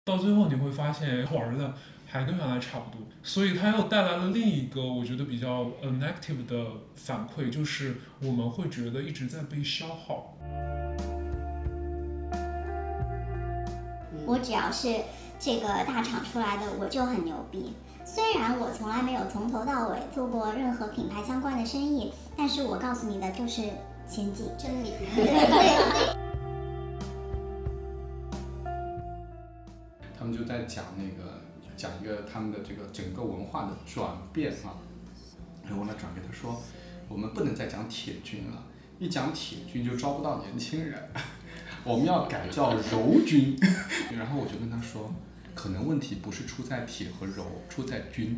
到最后你会发现玩的还跟原来差不多，所以它又带来了另一个我觉得比较negative 的反馈，就是我们会觉得一直在被消耗。 我只要是这个大厂出来的，我就很牛逼。虽然我从来没有从头到尾做过任何品牌相关的生意，但是我告诉你的就是先进真理。 他们就在讲一个他们的这个整个文化的转变啊。然后我呢转给他说，我们不能再讲铁军了，一讲铁军就招不到年轻人，我们要改叫柔军。然后我就跟他说，可能问题不是出在铁和柔，出在军。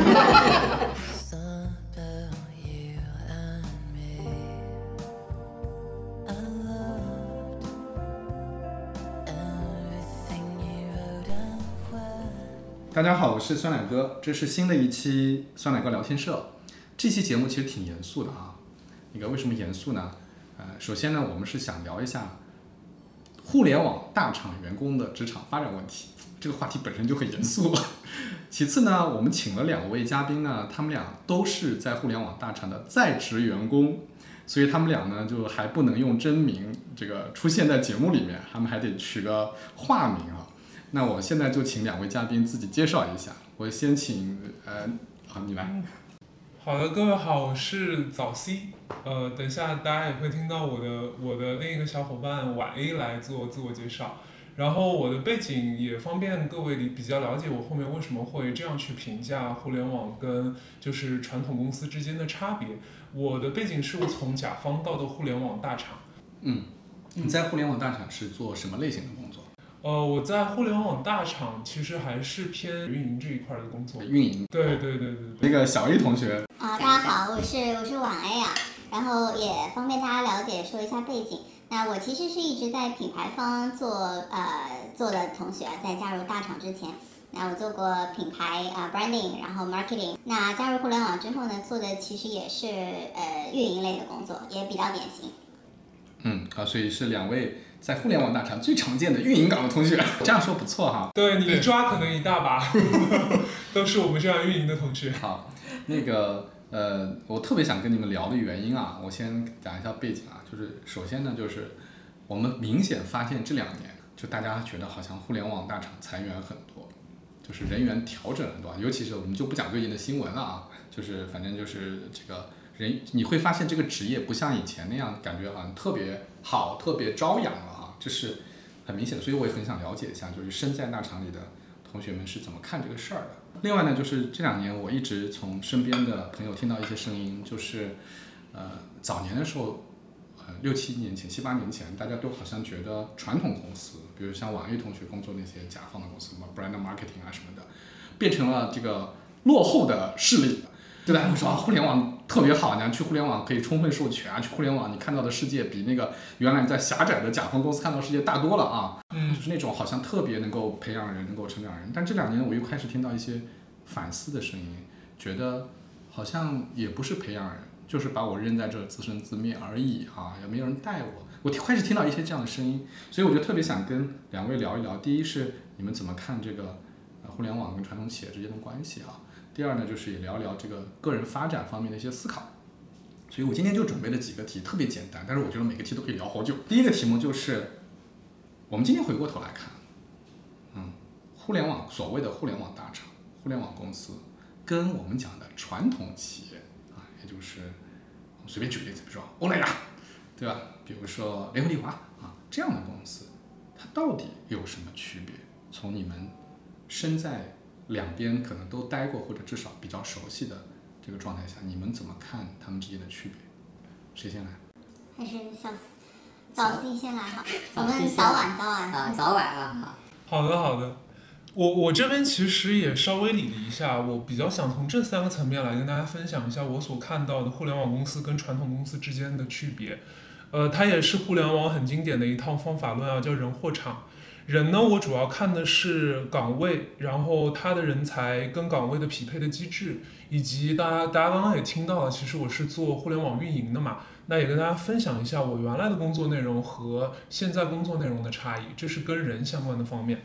大家好，我是酸奶哥，这是新的一期酸奶哥聊天社。这期节目其实挺严肃的啊。为什么严肃呢？首先呢，我们是想聊一下互联网大厂员工的职场发展问题，这个话题本身就很严肃了。其次呢，我们请了2位嘉宾呢，他们俩都是在互联网大厂的在职员工，所以他们俩呢就还不能用真名这个出现在节目里面，他们还得取个化名啊。那我现在就请2位嘉宾自己介绍一下。我先请好，你来。 好的，各位好，我是早 C。等一下大家也会听到我的另一个小伙伴晚 A 来做自我介绍。然后我的背景也方便各位比较了解我后面为什么会这样去评价互联网跟就是传统公司之间的差别。我的背景是我从甲方到的互联网大厂。 你在互联网大厂是做什么类型的工作？ 我在互联网大厂其实还是偏运营这一块的工作。 运营。 对。 那个小 A 同学。 大家好，我是晚 A 啊，然后也方便大家了解说一下背景。那我其实是一直在品牌方做的同学，在加入大厂之前，那我做过品牌branding， 然后 marketing。那加入互联网之后呢，做的其实也是运营类的工作，也比较典型。 所以是2位在互联网大厂最常见的运营岗的同学，这样说不错哈。 对，你一抓可能一大把，都是我们这样运营的同学。 好，我特别想跟你们聊的原因啊，我先讲一下背景啊，就是首先呢，就是我们明显发现这2年，就大家觉得好像互联网大厂裁员很多，就是人员调整很多，尤其是我们就不讲最近的新闻了啊，就是反正就是这个人，你会发现这个职业不像以前那样，感觉好像特别好、特别朝阳了哈，这是很明显的。所以我也很想了解一下，就是身在大厂里的同学们是怎么看这个事儿的。另外呢，就是这2年我一直从身边的朋友听到一些声音，就是早年的时候，6、7年前、7、8年前，大家都好像觉得传统公司，比如像网易同学工作那些甲方的公司，什么 brand marketing 啊什么的，变成了这个落后的势力。对吧？会说互联网特别好，你去互联网可以充分授权啊，去互联网你看到的世界比那个原来在狭窄的甲方公司看到的世界大多了啊。就是那种好像特别能够培养人、能够成长人。但这2年我又开始听到一些反思的声音，觉得好像也不是培养人，就是把我扔在这自生自灭而已啊，也没有人带我。我开始听到一些这样的声音，所以我就特别想跟2位聊一聊。第一是你们怎么看这个互联网跟传统企业之间的关系啊？第二呢，就是也聊聊这个个人发展方面的一些思考。所以我今天就准备了几个题，特别简单，但是我觉得每个题都可以聊好久。第一个题目就是，我们今天回过头来看，互联网所谓的互联网大厂、互联网公司，跟我们讲的传统企业啊，也就是我随便举个例子，比如说欧莱雅，对吧？比如说联合利华啊，这样的公司，它到底有什么区别？从你们身在2边可能都待过，或者至少比较熟悉的这个状态下，你们怎么看他们之间的区别？谁先来？ 还是早 C 先来好，我们早晚啊，早晚啊， 好的。我这边其实也稍微理了一下，我比较想从这3个层面来跟大家分享一下我所看到的互联网公司跟传统公司之间的区别。它也是互联网很经典的一套方法论啊，叫人货场。人呢，我主要看的是岗位，然后他的人才跟岗位的匹配的机制，以及大家刚刚也听到了，其实我是做互联网运营的嘛，那也跟大家分享一下我原来的工作内容和现在工作内容的差异，这是跟人相关的方面。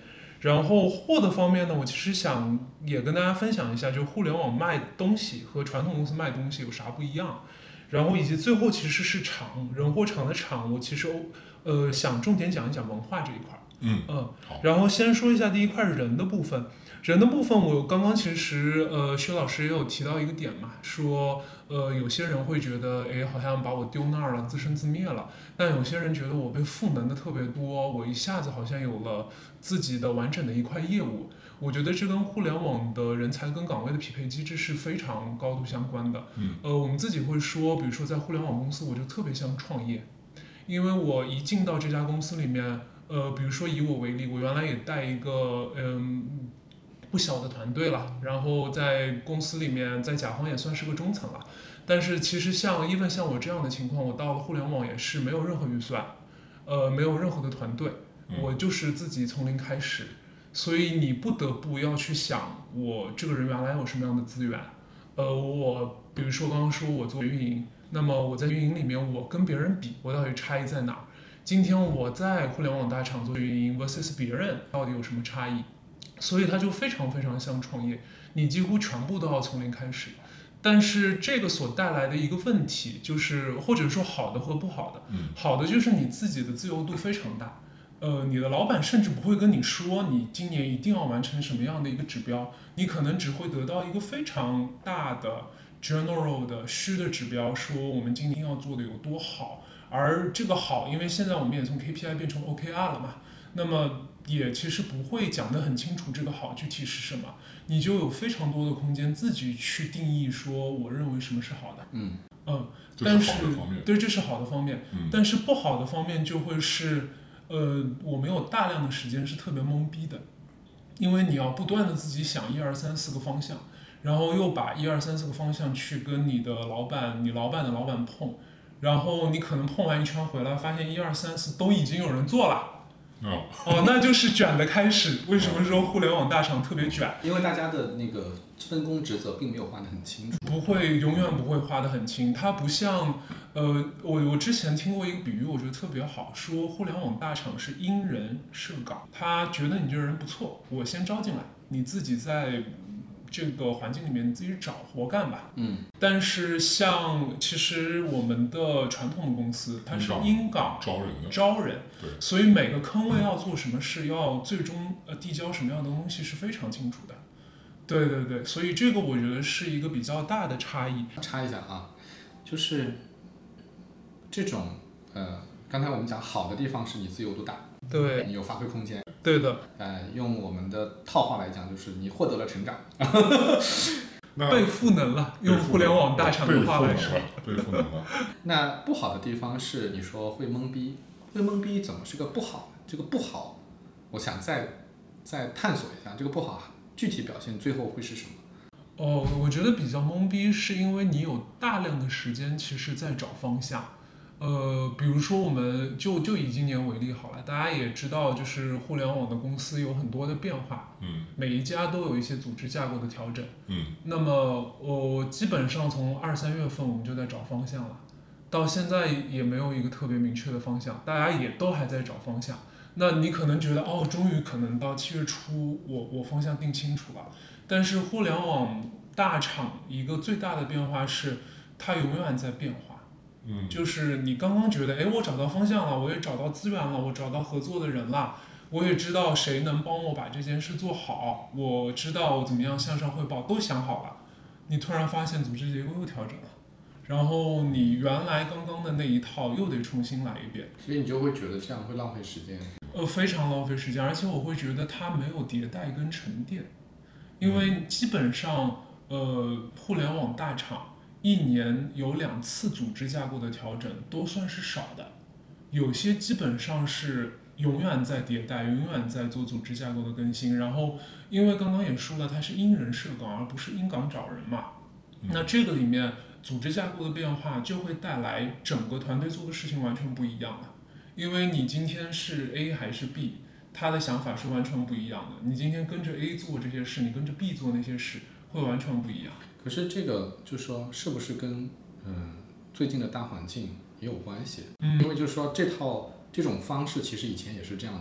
然后货的方面呢，我其实想也跟大家分享一下，就互联网卖东西和传统公司卖东西有啥不一样。然后以及最后其实是厂人货场的厂，我其实想重点讲一讲文化这一块。 好。 然后先说一下第一块是人的部分。人的部分，我刚刚其实薛老师也有提到一个点嘛，说有些人会觉得，哎，好像把我丢那儿了，自生自灭了。但有些人觉得我被赋能的特别多，我一下子好像有了自己的完整的一块业务。我觉得这跟互联网的人才跟岗位的匹配机制是非常高度相关的。我们自己会说，比如说在互联网公司，我就特别像创业，因为我一进到这家公司里面，比如说以我为例，我原来也带一个不小的团队了，然后在公司里面，在甲方也算是个中层了。但是其实像我这样的情况，我到了互联网也是没有任何预算，没有任何的团队，我就是自己从零开始。所以你不得不要去想，我这个人原来有什么样的资源。我比如说刚刚说我做运营，那么我在运营里面，我跟别人比，我到底差异在哪儿？今天我在互联网大厂做运营 versus 别人到底有什么差异？所以它就非常非常像创业，你几乎全部都要从零开始。但是这个所带来的一个问题就是，或者说好的和不好的，好的就是你自己的自由度非常大。你的老板甚至不会跟你说你今年一定要完成什么样的一个指标，你可能只会得到一个非常大的 general 的虚的指标，说我们今天要做的有多好。而这个好，因为现在我们也从 KPI 变成 OKR 了嘛，那么也其实不会讲得很清楚这个好具体是什么，你就有非常多的空间自己去定义说我认为什么是好的。但是对，这是好的方面。但是不好的方面就会是，我们有大量的时间是特别懵逼的，因为你要不断的自己想1、2、3、4个方向，然后又把1、2、3、4个方向去跟你的老板、你老板的老板碰，然后你可能碰完一圈回来，发现1、2、3、4都已经有人做了。那就是卷的开始。为什么说互联网大厂特别卷？ 因为大家的那个分工职责并没有画得很清楚， 永远不会画得很清。它不像，我之前听过一个比喻，我觉得特别好，说互联网大厂是因人设岗，他觉得你这个人不错，我先招进来，你自己在这个环境里面自己找活干吧。但是像其实我们的传统的公司，它是因岗招人， 对， 所以每个坑位要做什么事，要最终递交什么样的东西是非常清楚的。对对对，所以这个我觉得是一个比较大的差异。 插一下啊，就是这种刚才我们讲好的地方是你自由度大， 对， 你有发挥空间。 对的。 用我们的套话来讲，就是你获得了成长。 被赋能了，用互联网大厂的话来说， 被赋能了。 那不好的地方是你说会懵逼，会懵逼怎么是个不好？这个不好，我想再探索一下，这个不好具体表现最后会是什么？ 我觉得比较懵逼，是因为你有大量的时间，其实在找方向。比如说我们就以今年为例好了，大家也知道，就是互联网的公司有很多的变化，每一家都有一些组织架构的调整，那么我基本上从2、3月份我们就在找方向了，到现在也没有一个特别明确的方向，大家也都还在找方向。那你可能觉得终于可能到7月初我方向定清楚了，但是互联网大厂一个最大的变化是它永远在变化。就是你刚刚觉得，我找到方向了，我也找到资源了，我找到合作的人了，我也知道谁能帮我把这件事做好，我知道我怎么样向上汇报，都想好了。你突然发现组织结构又调整了，然后你原来刚刚的那一套又得重新来一遍， 所以你就会觉得这样会浪费时间。 非常浪费时间，而且我会觉得它没有迭代跟沉淀，因为基本上互联网大厂1年有2次组织架构的调整都算是少的，有些基本上是永远在迭代，永远在做组织架构的更新。然后因为刚刚也说了，它是因人设岗而不是因岗找人嘛，那这个里面组织架构的变化就会带来整个团队做的事情完全不一样了。因为你今天是 A 还是 B， 他的想法是完全不一样的。你今天跟着 A 做这些事，你跟着 B 做那些事，会完全不一样。 可是这个就是说，是不是跟最近的大环境也有关系？因为就是说这种方式其实以前也是这样的嘛。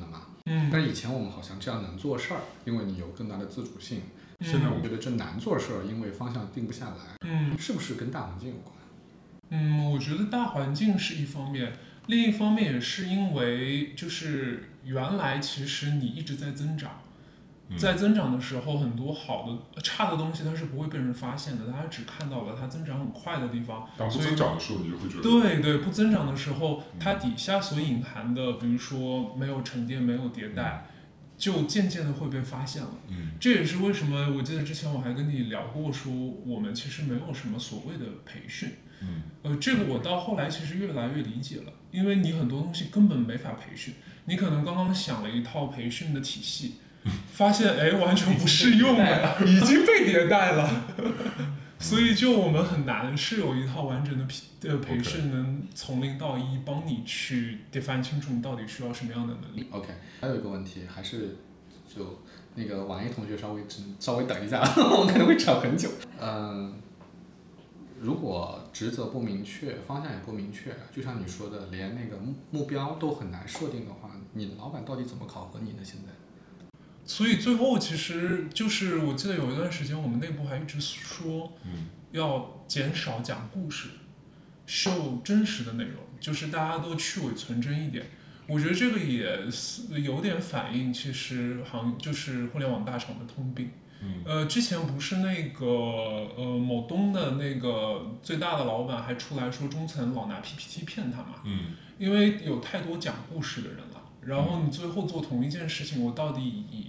但以前我们好像这样能做事儿，因为你有更大的自主性。 现在我觉得这难做事儿，因为方向定不下来。是不是跟大环境有关？ 我觉得大环境是一方面，另一方面也是因为就是原来其实你一直在增长。在增长的时候，很多好的、差的东西它是不会被人发现的，大家只看到了它增长很快的地方。 当不增长的时候，你就会觉得对，不增长的时候，它底下所隐含的，比如说没有沉淀、没有迭代，就渐渐的会被发现了。这也是为什么我记得之前我还跟你聊过，说我们其实没有什么所谓的培训。这个我到后来其实越来越理解了，因为你很多东西根本没法培训，你可能刚刚想了一套培训的体系。发现完全不适用了，已经被迭代了，所以就我们很难是有一套完整的培训能从零到一帮你去 define 清楚你到底需要什么样的能力。 OK， 还有一个问题，还是就那个网易同学稍微等一下，我可能会吵很久。如果职责不明确，方向也不明确，就像你说的，连那个目标都很难设定的话，你的老板到底怎么考核你呢？现在？ 所以最后其实就是我记得有一段时间我们内部还一直说，要减少讲故事，show 真实的内容，就是大家都去伪存真一点。我觉得这个也有点反映其实就是互联网大厂的通病。之前不是那个某东的那个最大的老板还出来说中层老拿 PPT 骗他嘛，因为有太多讲故事的人了。然后你最后做同一件事情，我到底以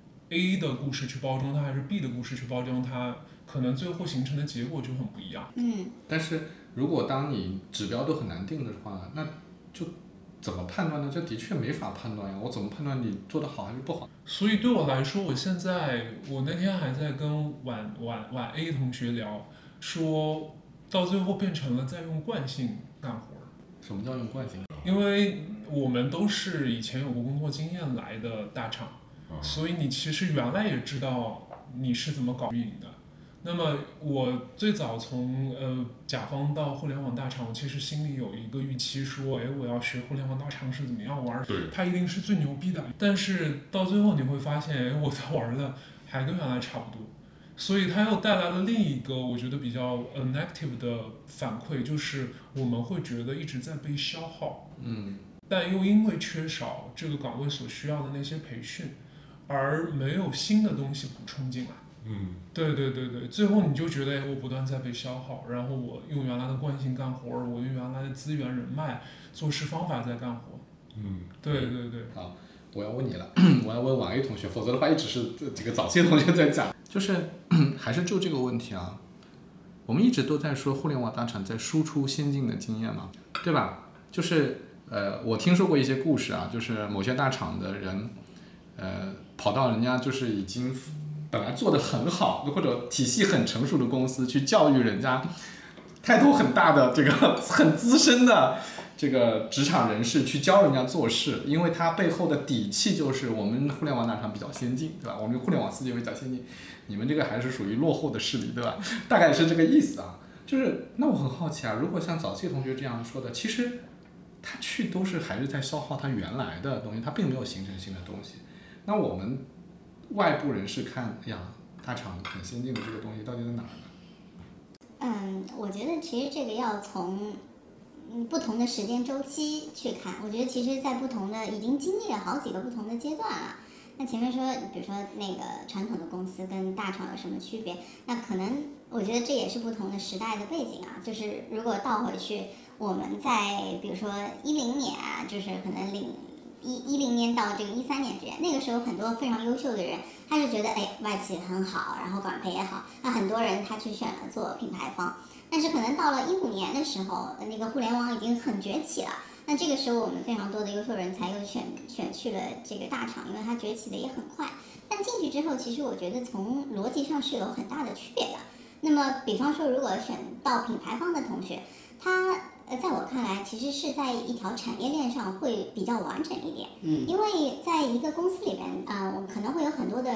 A 的故事去包装它，还是 B 的故事去包装它，可能最后形成的结果就很不一样。 但是如果当你指标都很难定的话，那就怎么判断呢？这的确没法判断呀。我怎么判断你做得好还是不好？ 所以对我来说，我那天还在跟晚 A 同学聊，说到最后变成了在用惯性干活。 什么叫用惯性？ 因为我们都是以前有过工作经验来的大厂，所以你其实原来也知道你是怎么搞运营的。那么我最早从甲方到互联网大厂，我其实心里有一个预期说，我要学互联网大厂是怎么样玩，它一定是最牛逼的。但是到最后你会发现，我在玩的还跟原来差不多。所以它又带来了另一个我觉得比较negative 的反馈，就是我们会觉得一直在被消耗，但又因为缺少这个岗位所需要的那些培训，而没有新的东西补充进来。对，最后你就觉得我不断在被消耗，然后我用原来的惯性干活，我用原来的资源人脉做事方法在干活。对。 好，我要问你了，我要问网 A 同学，否则的话一直是几个早期的同学在讲，就是还是就这个问题啊，我们一直都在说互联网大厂在输出先进的经验嘛，对吧？就是我听说过一些故事啊，就是某些大厂的人，跑到人家就是已经本来做得很好或者体系很成熟的公司去教育人家态度很大的这个很资深的这个职场人士去教人家做事，因为他背后的底气就是我们互联网大厂比较先进，对吧？我们互联网世界比较先进，你们这个还是属于落后的势力，对吧？大概是这个意思啊。就是那我很好奇啊，如果像早期同学这样说的，其实他去都是还是在消耗他原来的东西，他并没有形成新的东西。那我们外部人士看，哎呀，大厂很先进的这个东西到底在哪儿呢？ 我觉得其实这个要从不同的时间周期去看。我觉得其实在不同的已经经历了好几个不同的阶段了。那前面说，比如说那个传统的公司跟大厂有什么区别？那可能我觉得这也是不同的时代的背景啊。就是如果倒回去，我们在比如说10年啊，就是可能10年到这个13年之间，那个时候很多非常优秀的人，他就觉得外企很好，然后管培也好，那很多人他去选了做品牌方。但是可能到了15年的时候，那个互联网已经很崛起了。那这个时候我们非常多的优秀人才又选去了这个大厂，因为它崛起的也很快。但进去之后，其实我觉得从逻辑上是有很大的区别的。那么比方说，如果选到品牌方的同学，他在我看来其实是在一条产业链上会比较完整一点。因为在一个公司里面我们可能会有很多的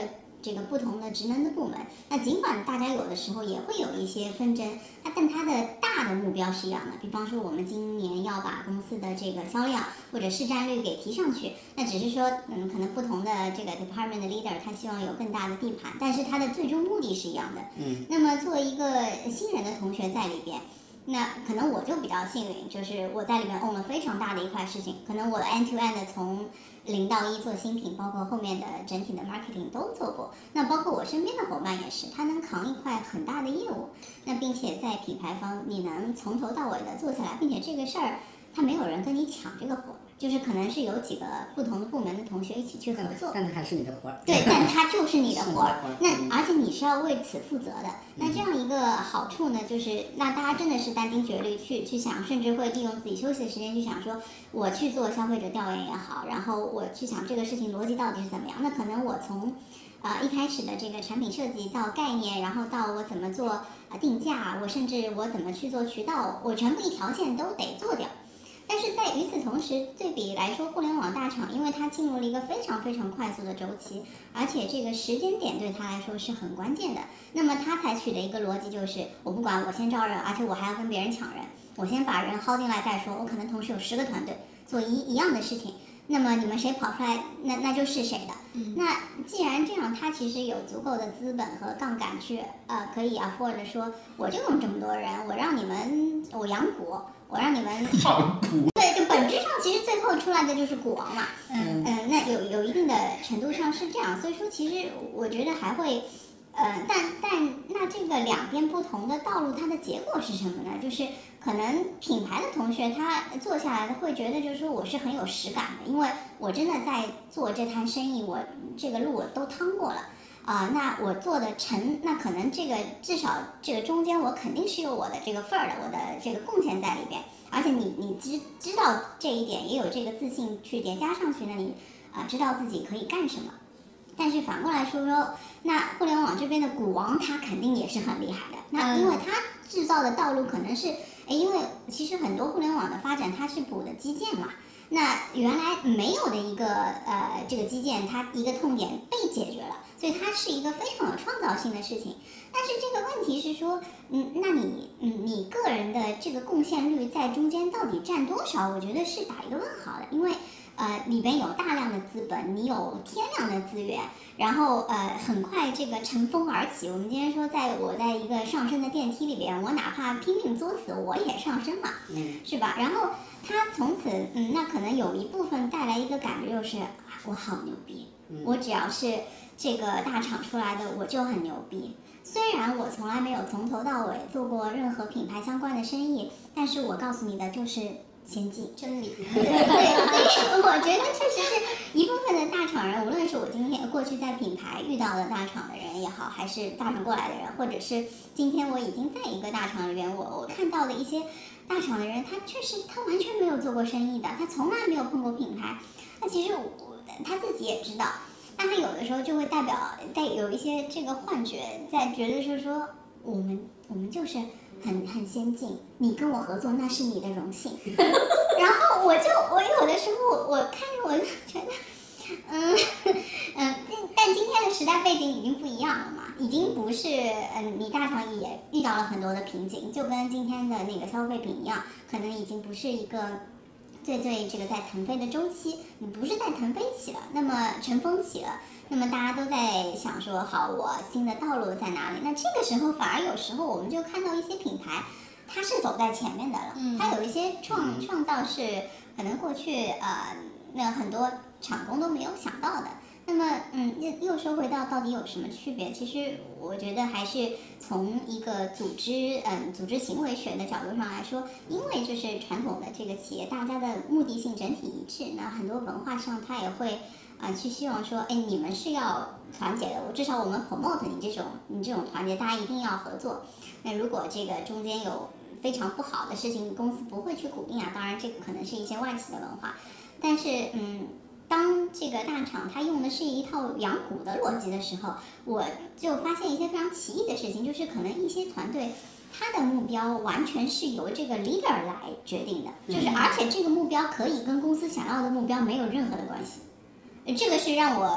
这个不同的职能的部门。那尽管大家有的时候也会有一些纷争，但它的大的目标是一样的。比方说我们今年要把公司的这个销量或者市占率给提上去，那只是说可能不同的这个 department 的 leader 他希望有更大的地盘，但是他的最终目的是一样的。那么作为一个新人的同学在里边，那可能我就比较幸运，就是我在里面 own 了非常大的一块事情，可能我 end to end 从0到1做新品，包括后面的整体的 marketing 都做过。那包括我身边的伙伴也是，他能扛一块很大的业务，那并且在品牌方你能从头到尾的做下来，并且这个事儿他没有人跟你抢这个活。就是可能是有几个不同的部门的同学一起去合作， 但它还是你的活儿。 对，但它就是你的活儿。那而且你是要为此负责的。那这样一个好处呢，就是那大家真的是殚精竭虑去想，甚至会利用自己休息的时间去想说，我去做消费者调研也好，然后我去想这个事情逻辑到底是怎么样。那可能我从一开始的这个产品设计到概念，然后到我怎么做定价，我甚至我怎么去做渠道，我全部一条线都得做掉。但是在与此同时，对比来说，互联网大厂，因为它进入了一个非常非常快速的周期，而且这个时间点对它来说是很关键的。那么它采取的一个逻辑就是，我不管，我先招人，而且我还要跟别人抢人，我先把人薅进来再说。我可能同时有10个团队做一样的事情，那么你们谁跑出来，那就是谁的。那既然这样，它其实有足够的资本和杠杆去可以 afford 说，我就用这么多人，我让你们我养股。我让你们养股， 对，就本质上其实最后出来的就是股王嘛。那有一定的程度上是这样，所以说其实我觉得还会，但那这个两边不同的道路，它的结果是什么呢？就是可能品牌的同学他做下来的会觉得，就是说我是很有实感的，因为我真的在做这摊生意，我这个路我都趟过了。那我做的成，那可能这个至少这个中间我肯定是有我的这个份儿的，我的这个贡献在里边，而且你知道这一点，也有这个自信去叠加上去，那你知道自己可以干什么。但是反过来说，那互联网这边的股王他肯定也是很厉害的，那因为他制造的道路可能是，因为其实很多互联网的发展它是补的基建嘛。那原来没有的一个这个基建，它一个痛点被解决了，所以它是一个非常有创造性的事情。但是这个问题是说，那你个人的这个贡献率在中间到底占多少？我觉得是打一个问号的，因为里边有大量的资本，你有天量的资源，然后很快这个乘风而起。我们今天说，我在一个上升的电梯里边，我哪怕拼命作死，我也上升嘛，是吧？然后他从此，那可能有一部分带来一个感觉就是，我好牛逼，我只要是这个大厂出来的，我就很牛逼。虽然我从来没有从头到尾做过任何品牌相关的生意，但是我告诉你的就是先进真理。对，所以我觉得确实是一部分的大厂人，无论是我今天过去在品牌遇到的大厂的人也好，还是大厂过来的人，或者是今天我已经在一个大厂里边，我看到的一些大厂的人，他确实他完全没有做过生意的，他从来没有碰过品牌，那其实他自己也知道。但他有的时候就会带有一些这个幻觉，在觉得是说我们就是很先进，你跟我合作那是你的荣幸。然后我有的时候我看着我就觉得，但今天的时代背景已经不一样了嘛，已经不是你大厂也遇到了很多的瓶颈，就跟今天的那个消费品一样，可能已经不是一个最这个在腾飞的周期，你不是在腾飞起了，那么乘风起了，那么大家都在想说，好，我新的道路在哪里？那这个时候反而有时候我们就看到一些品牌，它是走在前面的了，它有一些创造是可能过去那很多厂工都没有想到的。那么又说回到底有什么区别？其实我觉得还是从一个组织行为学的角度上来说，因为就是传统的这个企业，大家的目的性整体一致，那很多文化上它也会去希望说，你们是要团结的，至少我们 promote 你这种团结，大家一定要合作。那如果这个中间有非常不好的事情，公司不会去鼓励啊。当然，这个可能是一些外企的文化，但是当这个大厂它用的是一套养股的逻辑的时候，我就发现一些非常奇异的事情，就是可能一些团队它的目标完全是由这个 leader 来决定的，就是而且这个目标可以跟公司想要的目标没有任何的关系。这个是让我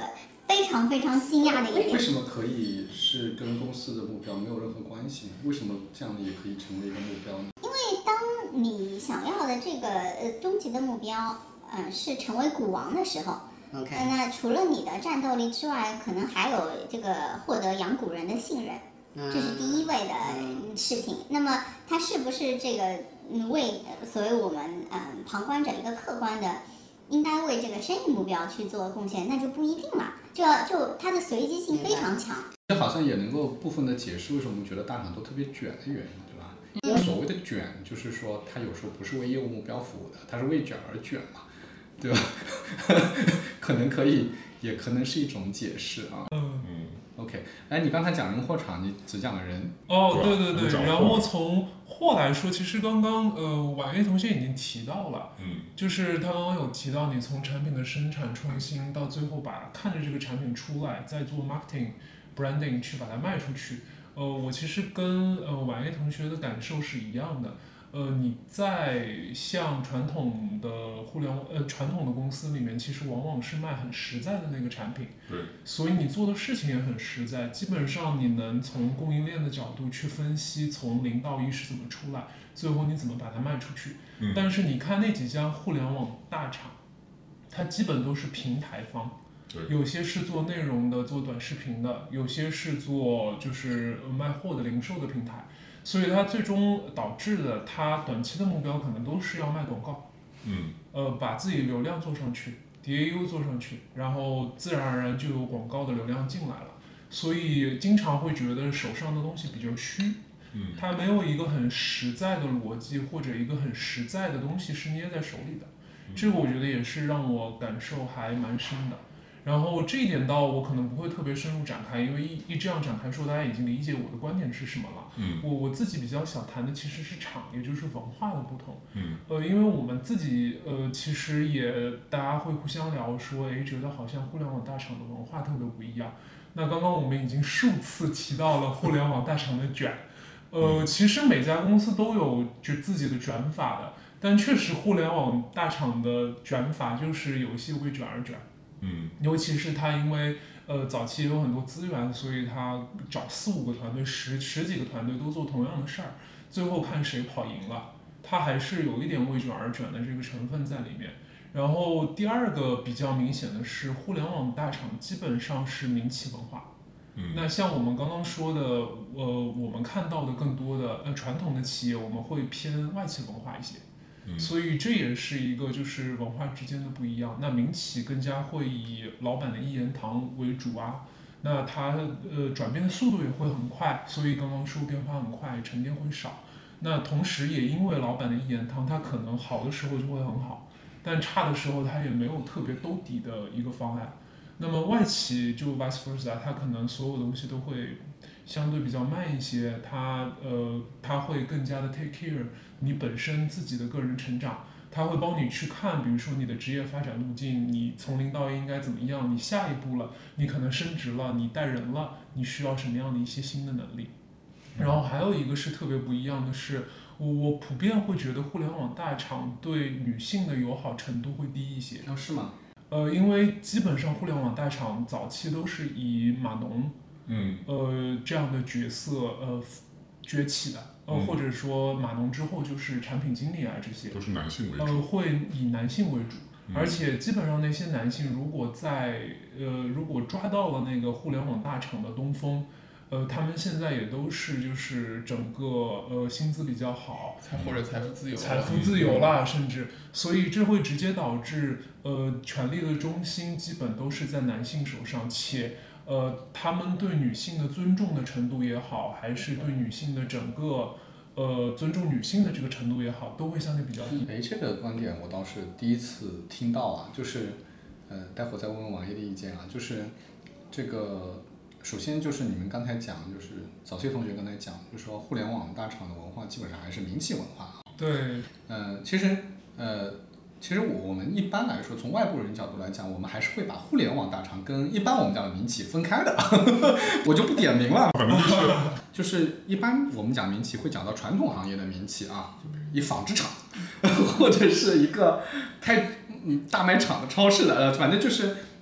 非常非常惊讶的一点。 为什么可以是跟公司的目标没有任何关系呢？为什么这样的也可以成为一个目标呢？ 因为当你想要的这个终极的目标，是成为股王的时候。 OK， 那除了你的战斗力之外，可能还有这个获得养股人的信任，这是第一位的事情。那么它是不是这个为所谓我们旁观者一个客观的，应该为这个生意目标去做贡献，那就不一定了。就它的随机性非常强。 这好像也能够部分的解释为什么我们觉得大厂都特别卷的原因，对吧？因为所谓的卷，就是说它有时候不是为业务目标服务的，它是为卷而卷嘛。对吧？可能可以，也可能是一种解释啊。OK， 哎，你刚才讲人货场，你只讲了人。 哦，对对对， 对然后从货来说，其实刚刚婉月同学已经提到了，就是他刚刚有提到你从产品的生产创新到最后看着这个产品出来，再做 marketing、branding 去把它卖出去。我其实跟婉月同学的感受是一样的。你在像传统的传统的公司里面，其实往往是卖很实在的那个产品， 对， 所以你做的事情也很实在。基本上你能从供应链的角度去分析，从0到1是怎么出来，最后你怎么把它卖出去。但是你看那几家互联网大厂，它基本都是平台方。有些是做内容的，做短视频的，有些是做就是卖货的零售的平台。所以它最终导致的，它短期的目标可能都是要卖广告，把自己流量做上去 ，DAU 做上去，然后自然而然就有广告的流量进来了。所以经常会觉得手上的东西比较虚，它没有一个很实在的逻辑或者一个很实在的东西是捏在手里的。这个我觉得也是让我感受还蛮深的。然后这一点我可能不会特别深入展开，因为一这样展开说，大家已经理解我的观点是什么了。我自己比较想谈的其实是场，也就是文化的不同。因为我们自己其实也大家会互相聊说，觉得好像互联网大厂的文化特别不一样。那刚刚我们已经数次提到了互联网大厂的卷，其实每家公司都有就自己的卷法的，但确实互联网大厂的卷法就是有一些为卷而卷。尤其是他因为早期有很多资源，所以他找4、5个团队、十几个团队都做同样的事儿，最后看谁跑赢了。他还是有一点为卷而卷的这个成分在里面。然后第二个比较明显的是，互联网大厂基本上是民企文化。那像我们刚刚说的，我们看到的更多的传统的企业，我们会偏外企文化一些。所以这也是一个就是文化之间的不一样。那民企更加会以老板的一言堂为主啊，那它转变的速度也会很快，所以刚刚说变化很快，沉淀会少。那同时也因为老板的一言堂，它可能好的时候就会很好，但差的时候它也没有特别兜底的一个方案。那么外企就 vice versa， 它可能所有东西都会相对比较慢一些，它会更加的 take care 你本身自己的个人成长，它会帮你去看，比如说你的职业发展路径，你从0到1应该怎么样，你下一步了，你可能升职了，你带人了，你需要什么样的一些新的能力。然后还有一个是特别不一样的是，我普遍会觉得互联网大厂对女性的友好程度会低一些。 是吗？ 因为基本上互联网大厂早期都是以码农，这样的角色崛起的，或者说码农之后就是产品经理啊这些， 都是男性为主， 会以男性为主，而且基本上那些男性如果如果抓到了那个互联网大厂的东风。他们现在也都是就是整个薪资比较好， 或者财富自由啦，甚至，所以这会直接导致权力的中心基本都是在男性手上，且他们对女性的尊重的程度也好，还是对女性的整个尊重女性的这个程度也好，都会相对比较低。 这个观点我倒是第一次听到啊，就是待会儿再问问王爷的意见啊，就是这个。首先就是你们刚才讲，就是早些同学刚才讲，就是说互联网大厂的文化基本上还是民企文化啊。 对。 其实我们一般来说，从外部人角度来讲，我们还是会把互联网大厂跟一般我们讲的民企分开的。我就不点名了， 反正就是一般我们讲民企会讲到传统行业的民企啊，以纺织厂或者是一个开大卖场的超市的，反正就是。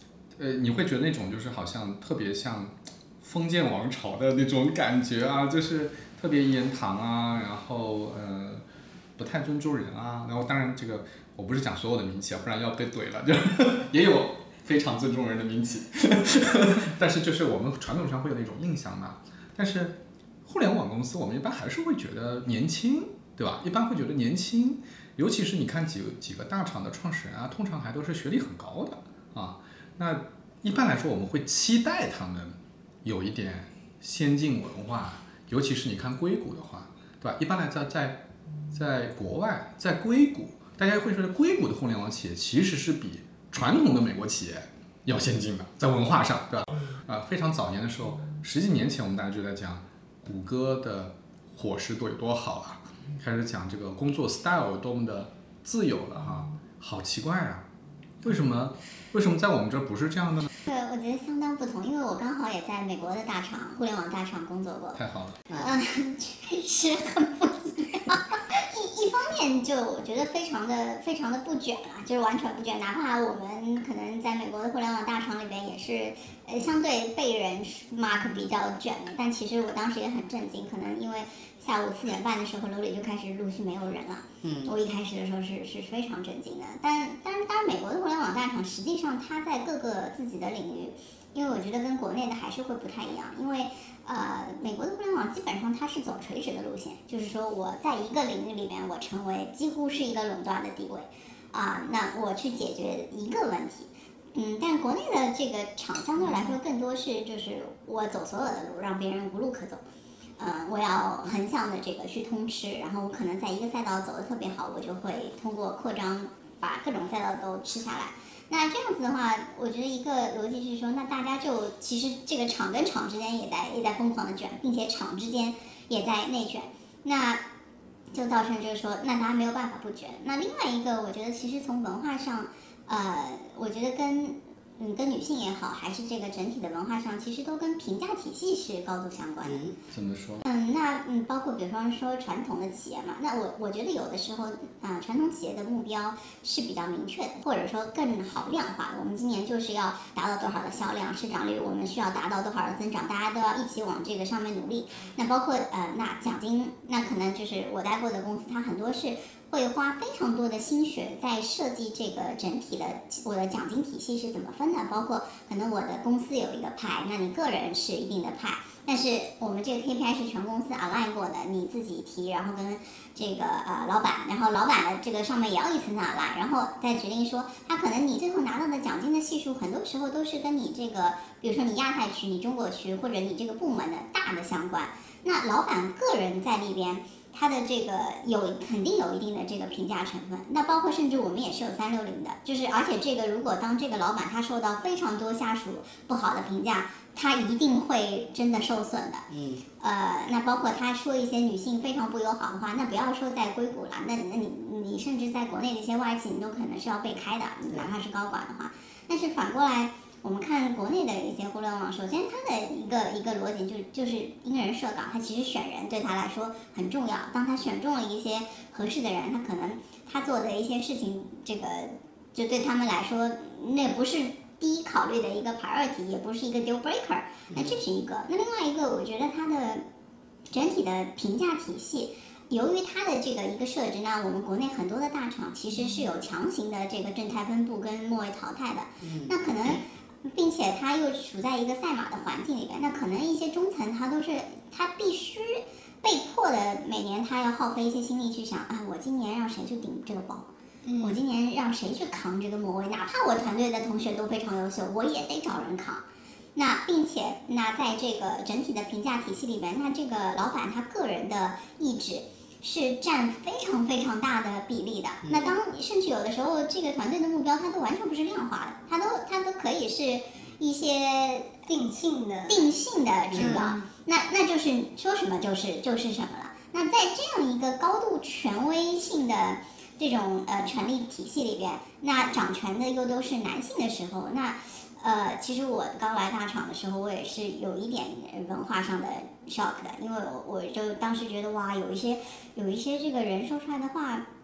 你会觉得那种就是好像特别像封建王朝的那种感觉啊，就是特别一言堂啊，然后不太尊重人啊，然后当然这个我不是讲所有的民企啊，不然要被怼了，就也有非常尊重人的民企，但是就是我们传统上会有那种印象嘛。但是互联网公司我们一般还是会觉得年轻，对吧？一般会觉得年轻，尤其是你看几个大厂的创始人啊，通常还都是学历很高的啊。那一般来说我们会期待他们有一点先进文化，尤其是你看硅谷的话，对吧？一般来在国外，在硅谷，大家会觉得硅谷的互联网企业其实是比传统的美国企业要先进的，在文化上，对吧？非常早年的时候，10几年前我们大家就在讲谷歌的伙食都有多好了，开始讲这个工作 style 有多么的自由了哈，好奇怪啊，为什么在我们这儿不是这样的呢？ 对，我觉得相当不同，因为我刚好也在美国的大厂、互联网大厂工作过。 太好了。 确实很不一样。一方面就我觉得非常的不卷啦，就是完全不卷，哪怕我们可能在美国的互联网大厂里边也是相对被人 mark 比较卷的，但其实我当时也很震惊，可能因为下午4点半的时候楼里就开始陆续没有人了。我一开始的时候是非常震惊的，但当然美国的互联网大厂实际上它在各个自己的领域，因为我觉得跟国内的还是会不太一样，因为美国的互联网基本上它是走垂直的路线，就是说我在一个领域里面我成为几乎是一个垄断的地位那我去解决一个问题。但国内的这个厂相对来说更多是就是我走所有的路，让别人无路可走。我要横向的这个去通吃，然后我可能在一个赛道走得特别好，我就会通过扩张把各种赛道都吃下来。那这样子的话，我觉得一个逻辑是说，那大家就其实这个厂跟厂之间也在疯狂的卷，并且厂之间也在内卷，那就造成就是说，那大家没有办法不卷。那另外一个，我觉得其实从文化上，我觉得跟女性也好，还是这个整体的文化上，其实都跟评价体系是高度相关的。 怎么说？ 包括比方说传统的企业嘛，那我觉得有的时候传统企业的目标是比较明确的，或者说更好量化。我们今年就是要达到多少的销量、市场率，我们需要达到多少的增长，大家都要一起往这个上面努力。那包括那奖金，那可能就是我待过的公司，它很多是会花非常多的心血在设计这个整体的我的奖金体系是怎么分的，包括可能我的公司有一个派，那你个人是一定的派，但是我们这个 KPI 是全公司 align 过的，你自己提，然后跟这个老板，然后老板的这个上面也要一层层 align，然后再决定说他可能你最后拿到的奖金的系数，很多时候都是跟你这个，比如说你亚太区、你中国区或者你这个部门的大的相关。那老板个人在里边，他的这个肯定有一定的这个评价成分，那包括甚至我们也是有360的，就是而且这个如果当这个老板他受到非常多下属不好的评价，他一定会真的受损的。那包括他说一些女性非常不友好的话，那不要说在硅谷了，那你甚至在国内的一些外企，你都可能是要被开的，哪怕是高管的话。但是反过来，我们看国内的一些互联网，首先它的一个逻辑就是因人设岗，它其实选人对他来说很重要。当他选中了一些合适的人，他可能他做的一些事情，这个就对他们来说，那不是第一考虑的一个 priority， 也不是一个 deal breaker。那这是一个。那另外一个，我觉得它的整体的评价体系。由于它的这个一个设置呢，我们国内很多的大厂其实是有强行的这个正态分布跟末位淘汰的，那可能，并且它又处在一个赛马的环境里边，那可能一些中层他必须被迫的每年他要耗费一些心力去想我今年让谁去顶这个包，我今年让谁去扛这个末位，哪怕我团队的同学都非常优秀，我也得找人扛。那并且在这个整体的评价体系里边，那这个老板他个人的意志是占非常非常大的比例的。那甚至有的时候这个团队的目标它都完全不是量化的，它都可以是一些定性的指标。那就是说什么就是什么了。那在这样一个高度权威性的这种权力体系里边，那掌权的又都是男性的时候，那其实我刚来大厂的时候，我也是有一点文化上的 shock 的，因为我就当时觉得哇，有一些这个人说出来的话，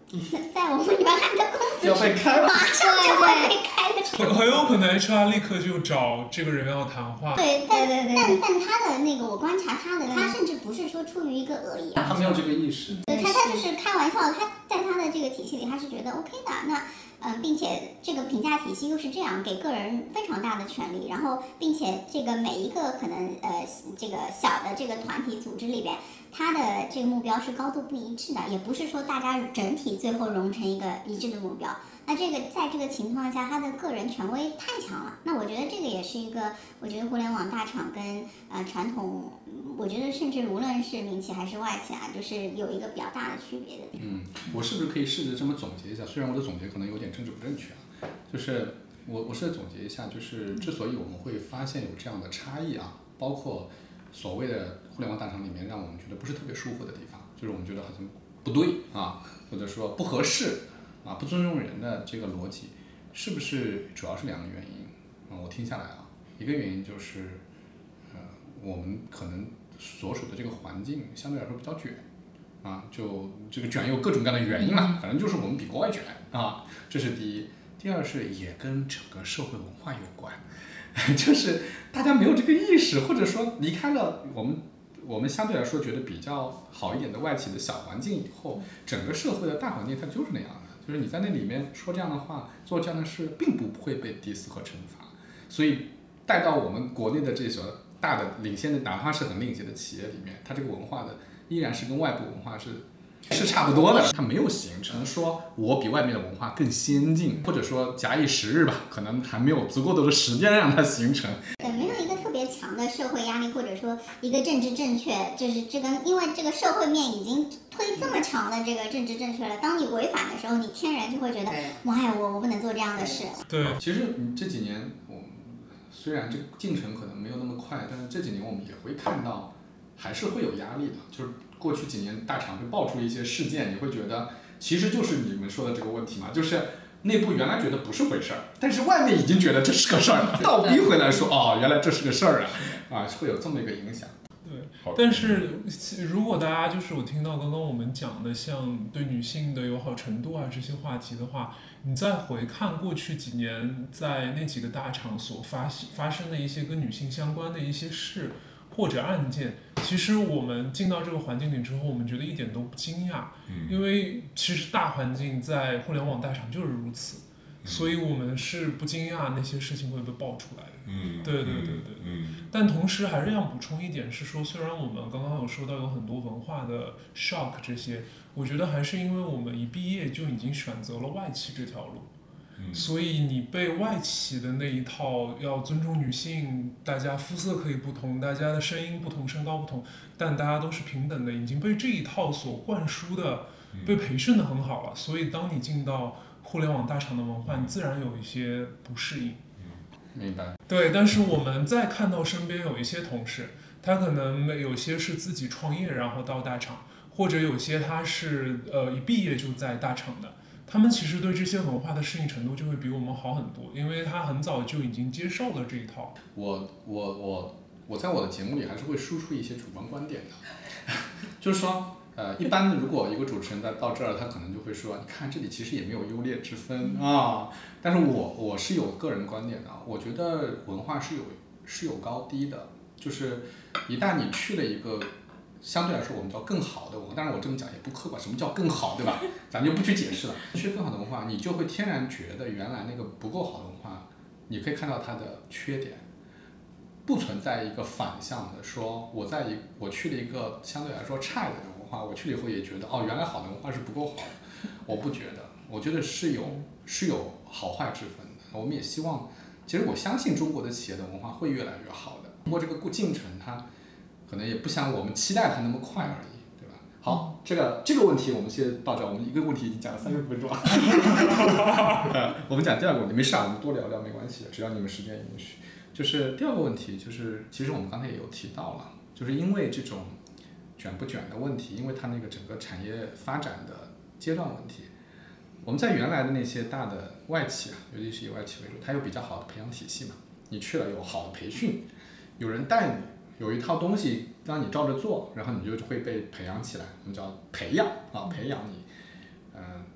在我们原来的公司要被开了， 马上就会被开的。 很有可能 HR 立刻就找这个人要谈话。 对，但他的那个，我观察他的，他甚至不是说出于一个恶意， 他没有这个意识。 对他就是开玩笑，他在他的这个体系里他是觉得 OK 的。那并且这个评价体系又是这样，给个人非常大的权利，然后并且这个每一个可能这个小的这个团体组织里边，它的这个目标是高度不一致的，也不是说大家整体最后融成一个一致的目标。那这个在这个情况下，他的个人权威太强了。那我觉得这个也是一个，我觉得互联网大厂跟传统，我觉得甚至无论是民企还是外企啊，就是有一个比较大的区别的地方。 我是不是可以试着这么总结一下？虽然我的总结可能有点政治不正确啊，就是我试着总结一下，就是之所以我们会发现有这样的差异啊，包括所谓的互联网大厂里面让我们觉得不是特别舒服的地方，就是我们觉得好像不对啊，或者说不合适啊，不尊重人的这个逻辑，是不是主要是2个原因啊？我听下来啊，一个原因就是我们可能所属的这个环境相对来说比较卷啊，就这个卷有各种各样的原因啦，反正就是我们比国外卷啊，这是第一。第二是也跟整个社会文化有关，就是大家没有这个意识，或者说离开了我们相对来说觉得比较好一点的外企的小环境以后，整个社会的大环境它就是那样的，就是你在那里面说这样的话，做这样的事，并不会被diss和惩罚，所以带到我们国内的这所大的领先的，哪怕是很领先的企业里面，它这个文化的依然是跟外部文化是差不多的，它没有形成说我比外面的文化更先进，或者说假以时日吧，可能还没有足够多的时间让它形成。 对，没有一个特别强的社会压力，或者说一个政治正确，就是这个，因为这个社会面已经推这么长的这个政治正确了，当你违反的时候，你天然就会觉得，妈呀，我不能做这样的事。 对， 其实这几年虽然这个进程可能没有那么快，但是这几年我们也会看到，还是会有压力的，就是过去几年大厂会爆出一些事件，你会觉得其实就是你们说的这个问题嘛，就是内部原来觉得不是回事儿，但是外面已经觉得这是个事儿了，倒逼回来说哦，原来这是个事儿啊，会有这么一个影响。 对，但是如果大家就是我听到刚刚我们讲的像对女性的友好程度啊这些话题的话，你再回看过去几年在那几个大厂所发生的一些跟女性相关的一些事或者案件，其实我们进到这个环境里之后，我们觉得一点都不惊讶，因为其实大环境在互联网大厂就是如此，所以我们是不惊讶那些事情会被爆出来的。对。但同时还是要补充一点是说，虽然我们刚刚有说到有很多文化的 shock 这些，我觉得还是因为我们一毕业就已经选择了外企这条路。所以你被外企的那一套要尊重女性，大家肤色可以不同，大家的声音不同，身高不同，但大家都是平等的，已经被这一套所灌输的，被培训的很好了。所以当你进到互联网大厂的文化，你自然有一些不适应。 明白。 对，但是我们再看到身边有一些同事，他可能有些是自己创业然后到大厂，或者有些他是一毕业就在大厂的。他们其实对这些文化的适应程度就会比我们好很多，因为他很早就已经接受了这一套。 我在我的节目里还是会输出一些主观观点的，就是说，一般如果一个主持人到这儿，他可能就会说，你看这里其实也没有优劣之分啊。但是我是有个人观点的，我觉得文化是有高低的，就是一旦你去了一个相对来说我们叫更好的文化，当然我这么讲也不客观，什么叫更好，对吧？咱就不去解释了。去更好的文化，你就会天然觉得原来那个不够好的文化，你可以看到它的缺点，不存在一个反向的说，我去了一个相对来说差一点的文化，我去了以后也觉得哦，原来好的文化是不够好的，我不觉得，我觉得是有好坏之分的。我们也希望，其实我相信中国的企业的文化会越来越好的，不过这个进程它可能也不像我们期待它那么快而已，对吧？好，这个问题我们先到这，我们一个问题已经讲了30分钟了。我们讲第二个问题，没事啊，我们多聊聊没关系的，只要你们时间允许。就是第二个问题，就是其实我们刚才也有提到了，就是因为这种卷不卷的问题，因为它那个整个产业发展的阶段问题，我们在原来的那些大的外企啊，尤其是以外企为主，它有比较好的培养体系嘛，你去了有好的培训，有人带你。有一套东西让你照着做，然后你就会被培养起来，我们叫培养啊，培养你，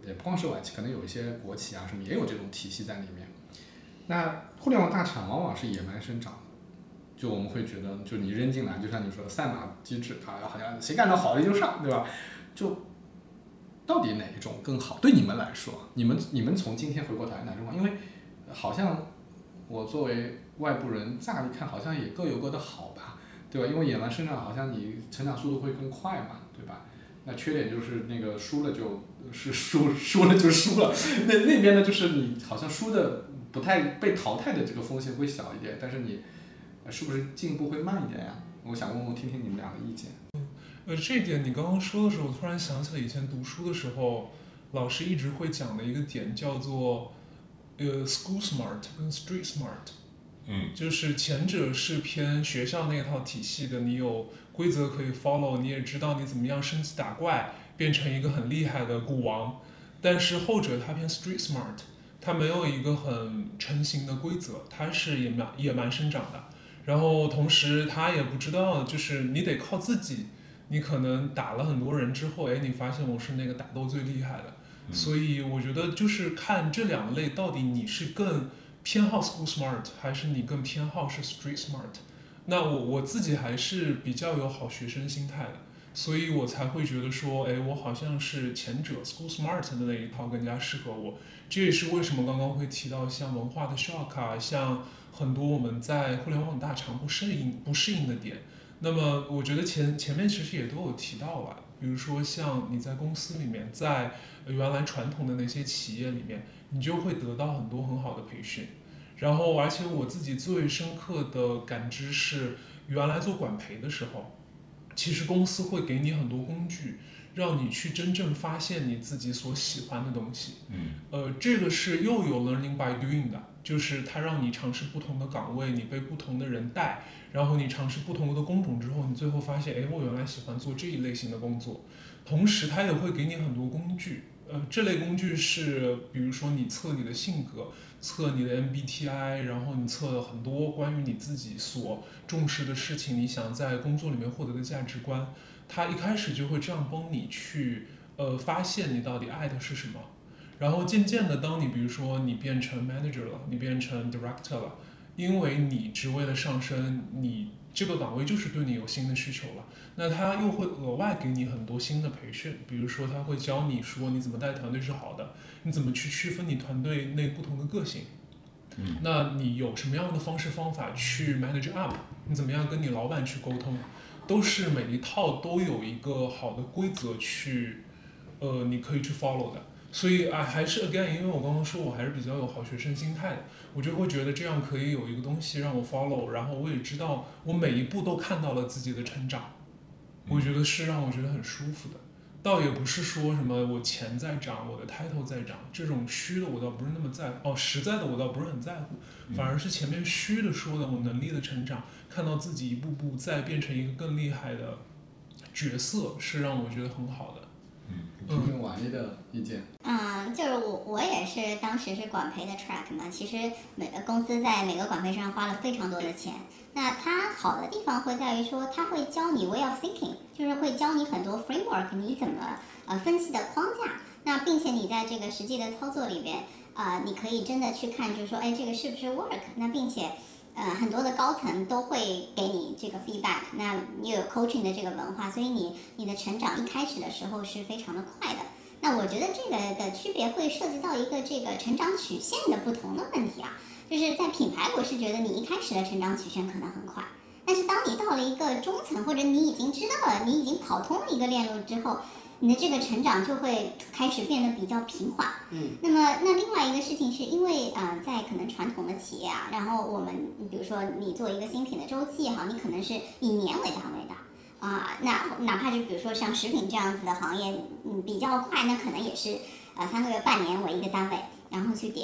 也不光是外企，可能有一些国企啊什么也有这种体系在里面。那互联网大厂往往是野蛮生长的，就我们会觉得，就你扔进来，就像你说的赛马机制啊，好像谁干得好的就上，对吧？就到底哪一种更好？对你们来说，你们从今天回过头来哪种好？因为好像我作为外部人，乍一看好像也各有各的好吧，对吧？因为野蛮生长好像你成长速度会更快嘛，对吧？那缺点就是那个输了就是输了就输了，那边呢就是你好像输的不太被淘汰的这个风险会小一点，但是你是不是进步会慢一点呀？我想听听你们俩的意见。 这一点你刚刚说的时候，我突然想起了以前读书的时候，老师一直会讲的一个点，叫做school smart 跟 street smart。就是前者是偏学校那套体系的，你有规则可以 follow， 你也知道你怎么样升级打怪，变成一个很厉害的古王。但是后者它偏 street smart， 它没有一个很成型的规则，它是野蛮生长的。然后同时他也不知道，就是你得靠自己。你可能打了很多人之后，你发现我是那个打斗最厉害的。所以我觉得就是看这两类到底你是更偏好 school smart 还是你更偏好是 street smart。那我自己还是比较有好学生心态的，所以我才会觉得说，我好像是前者 school smart 的那一套更加适合我。这也是为什么刚刚会提到像文化的 shock 啊，像很多我们在互联网大厂不适应的点。那么我觉得前面其实也都有提到了，比如说像你在公司里面，在原来传统的那些企业里面，你就会得到很多很好的培训。然后而且我自己最深刻的感知是，原来做管培的时候，其实公司会给你很多工具，让你去真正发现你自己所喜欢的东西。这个是又有 learning by doing 的，就是它让你尝试不同的岗位，你被不同的人带，然后你尝试不同的工种之后，你最后发现，我原来喜欢做这一类型的工作。同时它也会给你很多工具，这类工具是比如说你测你的性格，测你的 MBTI， 然后你测很多关于你自己所重视的事情，你想在工作里面获得的价值观，它一开始就会这样帮你去发现你到底爱的是什么。然后渐渐的，当你比如说你变成 manager 了，你变成 director 了，因为你职位的上升，你这个岗位就是对你有新的需求了，那他又会额外给你很多新的培训，比如说他会教你说你怎么带团队是好的，你怎么去区分你团队内不同的个性，那你有什么样的方式方法去 manage up， 你怎么样跟你老板去沟通，都是每一套都有一个好的规则去你可以去 follow 的。所以还是 again， 因为我刚刚说我还是比较有好学生心态的，我就会觉得这样可以有一个东西让我 follow， 然后我也知道我每一步都看到了自己的成长，我觉得是让我觉得很舒服的。倒也不是说什么我钱在涨，我的 title 在涨，这种虚的我倒不是那么在乎，实在的我倒不是很在乎，反而是前面虚的说的我能力的成长，看到自己一步步再变成一个更厉害的角色，是让我觉得很好的。 听听婉丽的意见。 就是我也是当时是管培的 track 嘛，其实每个公司在每个管培上花了非常多的钱。那它好的地方会在于说，它会教你 way of thinking， 就是会教你很多 framework， 你怎么分析的框架。那并且你在这个实际的操作里边，你可以真的去看，就是说，这个是不是 work？ 那并且很多的高层都会给你这个 feedback， 那你有 coaching 的这个文化，所以你的成长一开始的时候是非常的快的。那我觉得这个的区别会涉及到一个这个成长曲线的不同的问题啊，就是在品牌，我是觉得你一开始的成长曲线可能很快，但是当你到了一个中层，或者你已经知道了，你已经跑通了一个链路之后，你的这个成长就会开始变得比较平缓。那另外一个事情是因为在可能传统的企业啊，然后我们比如说你做一个新品的周期也好，你可能是以年为单位的。那哪怕是比如说像食品这样子的行业，比较快，那可能也是3个月、半年为一个单位，然后去迭代。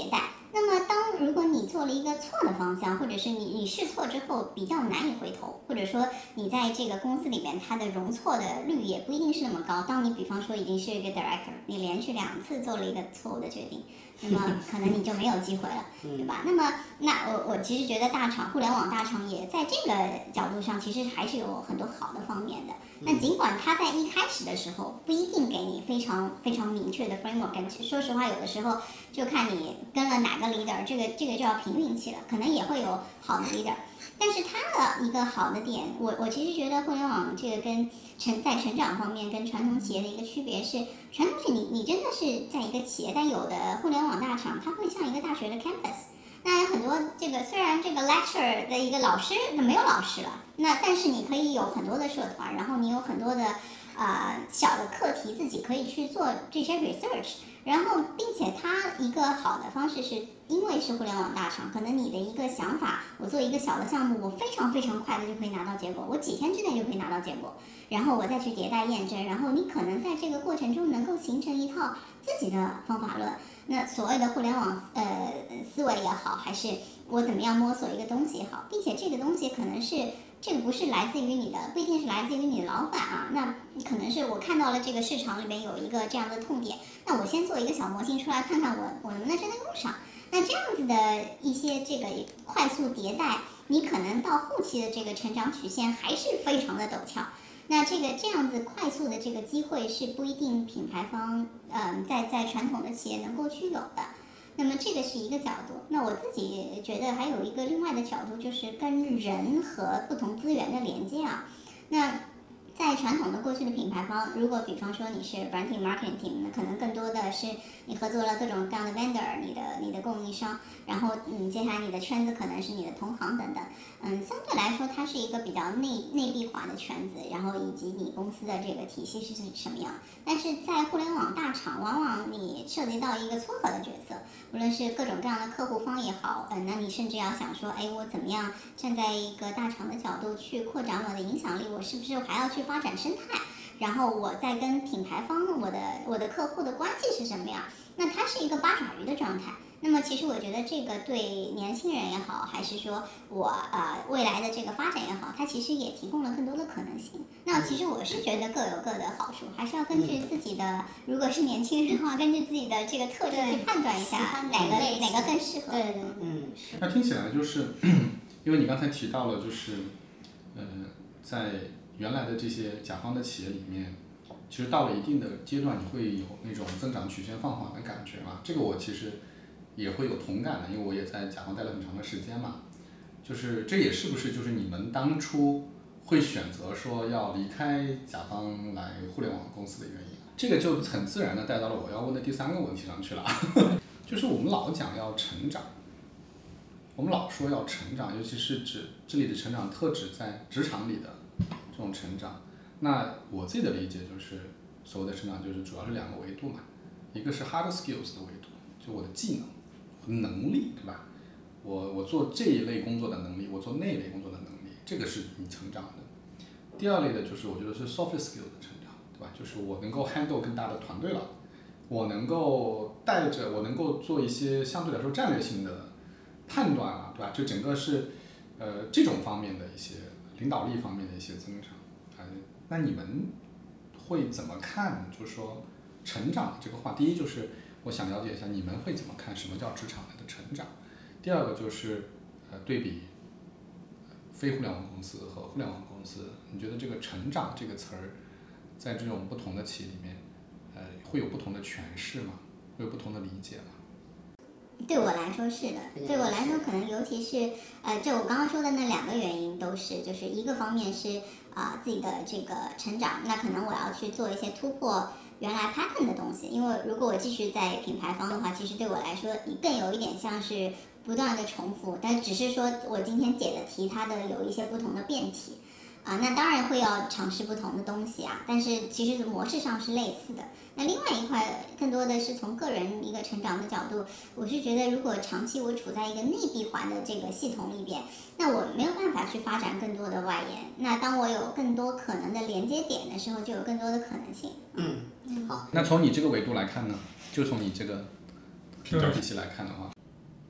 那么如果你做了一个错的方向，或者是你试错之后比较难以回头，或者说你在这个公司里面它的容错的率也不一定是那么高。当你比方说已经是一个 director， 你连续2次做了一个错误的决定，那么可能你就没有机会了，对吧？那么我其实觉得互联网大厂也在这个角度上其实还是有很多好的方面的。那尽管它在一开始的时候不一定给你非常非常明确的 framework， 说实话有的时候就看你跟了哪个 leader， 这个就要凭运气了，可能也会有好的 leader。但是它的一个好的点，我其实觉得互联网这个跟在成长方面跟传统企业的一个区别是，传统是你真的是在一个企业，但有的互联网大厂它会像一个大学的 campus。那有很多虽然这个 lecture 的一个老师没有老师了，但是你可以有很多的社团，然后你有很多的小的课题自己可以去做这些 research， 然后并且它一个好的方式是因为是互联网大厂，可能你的一个想法，我做一个小的项目，我非常非常快的就可以拿到结果，我几天之内就可以拿到结果，然后我再去迭代验证，然后你可能在这个过程中能够形成一套自己的方法论。那所谓的互联网思维也好，还是我怎么样摸索一个东西也好，并且这个东西可能是这个不是来自于你的，不一定是来自于你的老板啊，那可能是我看到了这个市场里面有一个这样的痛点，那我先做一个小模型出来看看我能不能真的用上。那这样子的一些这个快速迭代，你可能到后期的这个成长曲线还是非常的陡峭。那这样子快速的这个机会是不一定品牌方在传统的企业能够去有的。那么这个是一个角度。那我自己觉得还有一个另外的角度，就是跟人和不同资源的连接啊。那在传统的过去的品牌方，如果比方说你是 brand team marketing team， 那可能更多的是你合作了各种各样的 vendor， 你的供应商，然后接下来你的圈子可能是你的同行等等。相对来说它是一个比较内闭化的圈子，然后以及你公司的这个体系是什么样。但是在互联网大厂，往往你涉及到一个撮合的角色，无论是各种各样的客户方也好，那你甚至要想说，我怎么样站在一个大厂的角度去扩展我的影响力，我是不是还要去发展生态，然后我在跟品牌方我的客户的关系是什么样，那它是一个八爪鱼的状态。那么其实我觉得这个对年轻人也好，还是说我未来的这个发展也好，它其实也提供了更多的可能性。那其实我是觉得各有各的好处，还是要根据自己的，如果是年轻人的话，根据自己的这个特质去判断一下哪个更适合。 对， 那听起来就是，因为你刚才提到了，就是在原来的这些甲方的企业里面，其实到了一定的阶段，你会有那种增长曲线放缓的感觉嘛？这个我其实也会有同感的，因为我也在甲方待了很长的时间嘛。就是这也是不是就是你们当初会选择说要离开甲方来互联网公司的原因？这个就很自然的带到了我要问的第3个问题上去了，就是我们老讲要成长，我们老说要成长，尤其是指这里的成长特指在职场里的这种成长。那我自己的理解就是，所谓的成长就是主要是2个维度嘛，一个是 hard skills 的维度，就我的技能、能力，对吧？我做这一类工作的能力，我做那一类工作的能力，这个是你成长的。第2类的就是我觉得是 soft skill 的成长，对吧？就是我能够 handle 更大的团队了，我能够我能够做一些相对来说战略性的判断了，对吧？就整个是这种方面的一些领导力方面的一些增长。那你们会怎么看？就是说成长的这个话，第一就是我想了解一下你们会怎么看什么叫职场的成长。第2个就是对比非互联网公司和互联网公司，你觉得这个成长这个词儿在这种不同的企业里面会有不同的诠释吗？会有不同的理解吗？ 对我来说是的，对我来说可能尤其是就我刚刚说的那2个原因都是，就是一个方面是自己的这个成长，那可能我要去做一些突破原来 pattern 的东西，因为如果我继续在品牌方的话，其实对我来说更有一点像是不断的重复，但只是说我今天解的题它的有一些不同的变体那当然会要尝试不同的东西但是其实模式上是类似的。那另外一块更多的是从个人一个成长的角度，我是觉得如果长期我处在一个内闭环的这个系统里边，那我没有办法去发展更多的外延。那当我有更多可能的连接点的时候，就有更多的可能性。 好。 那从你这个维度来看呢，就从你这个评价体系来看的话，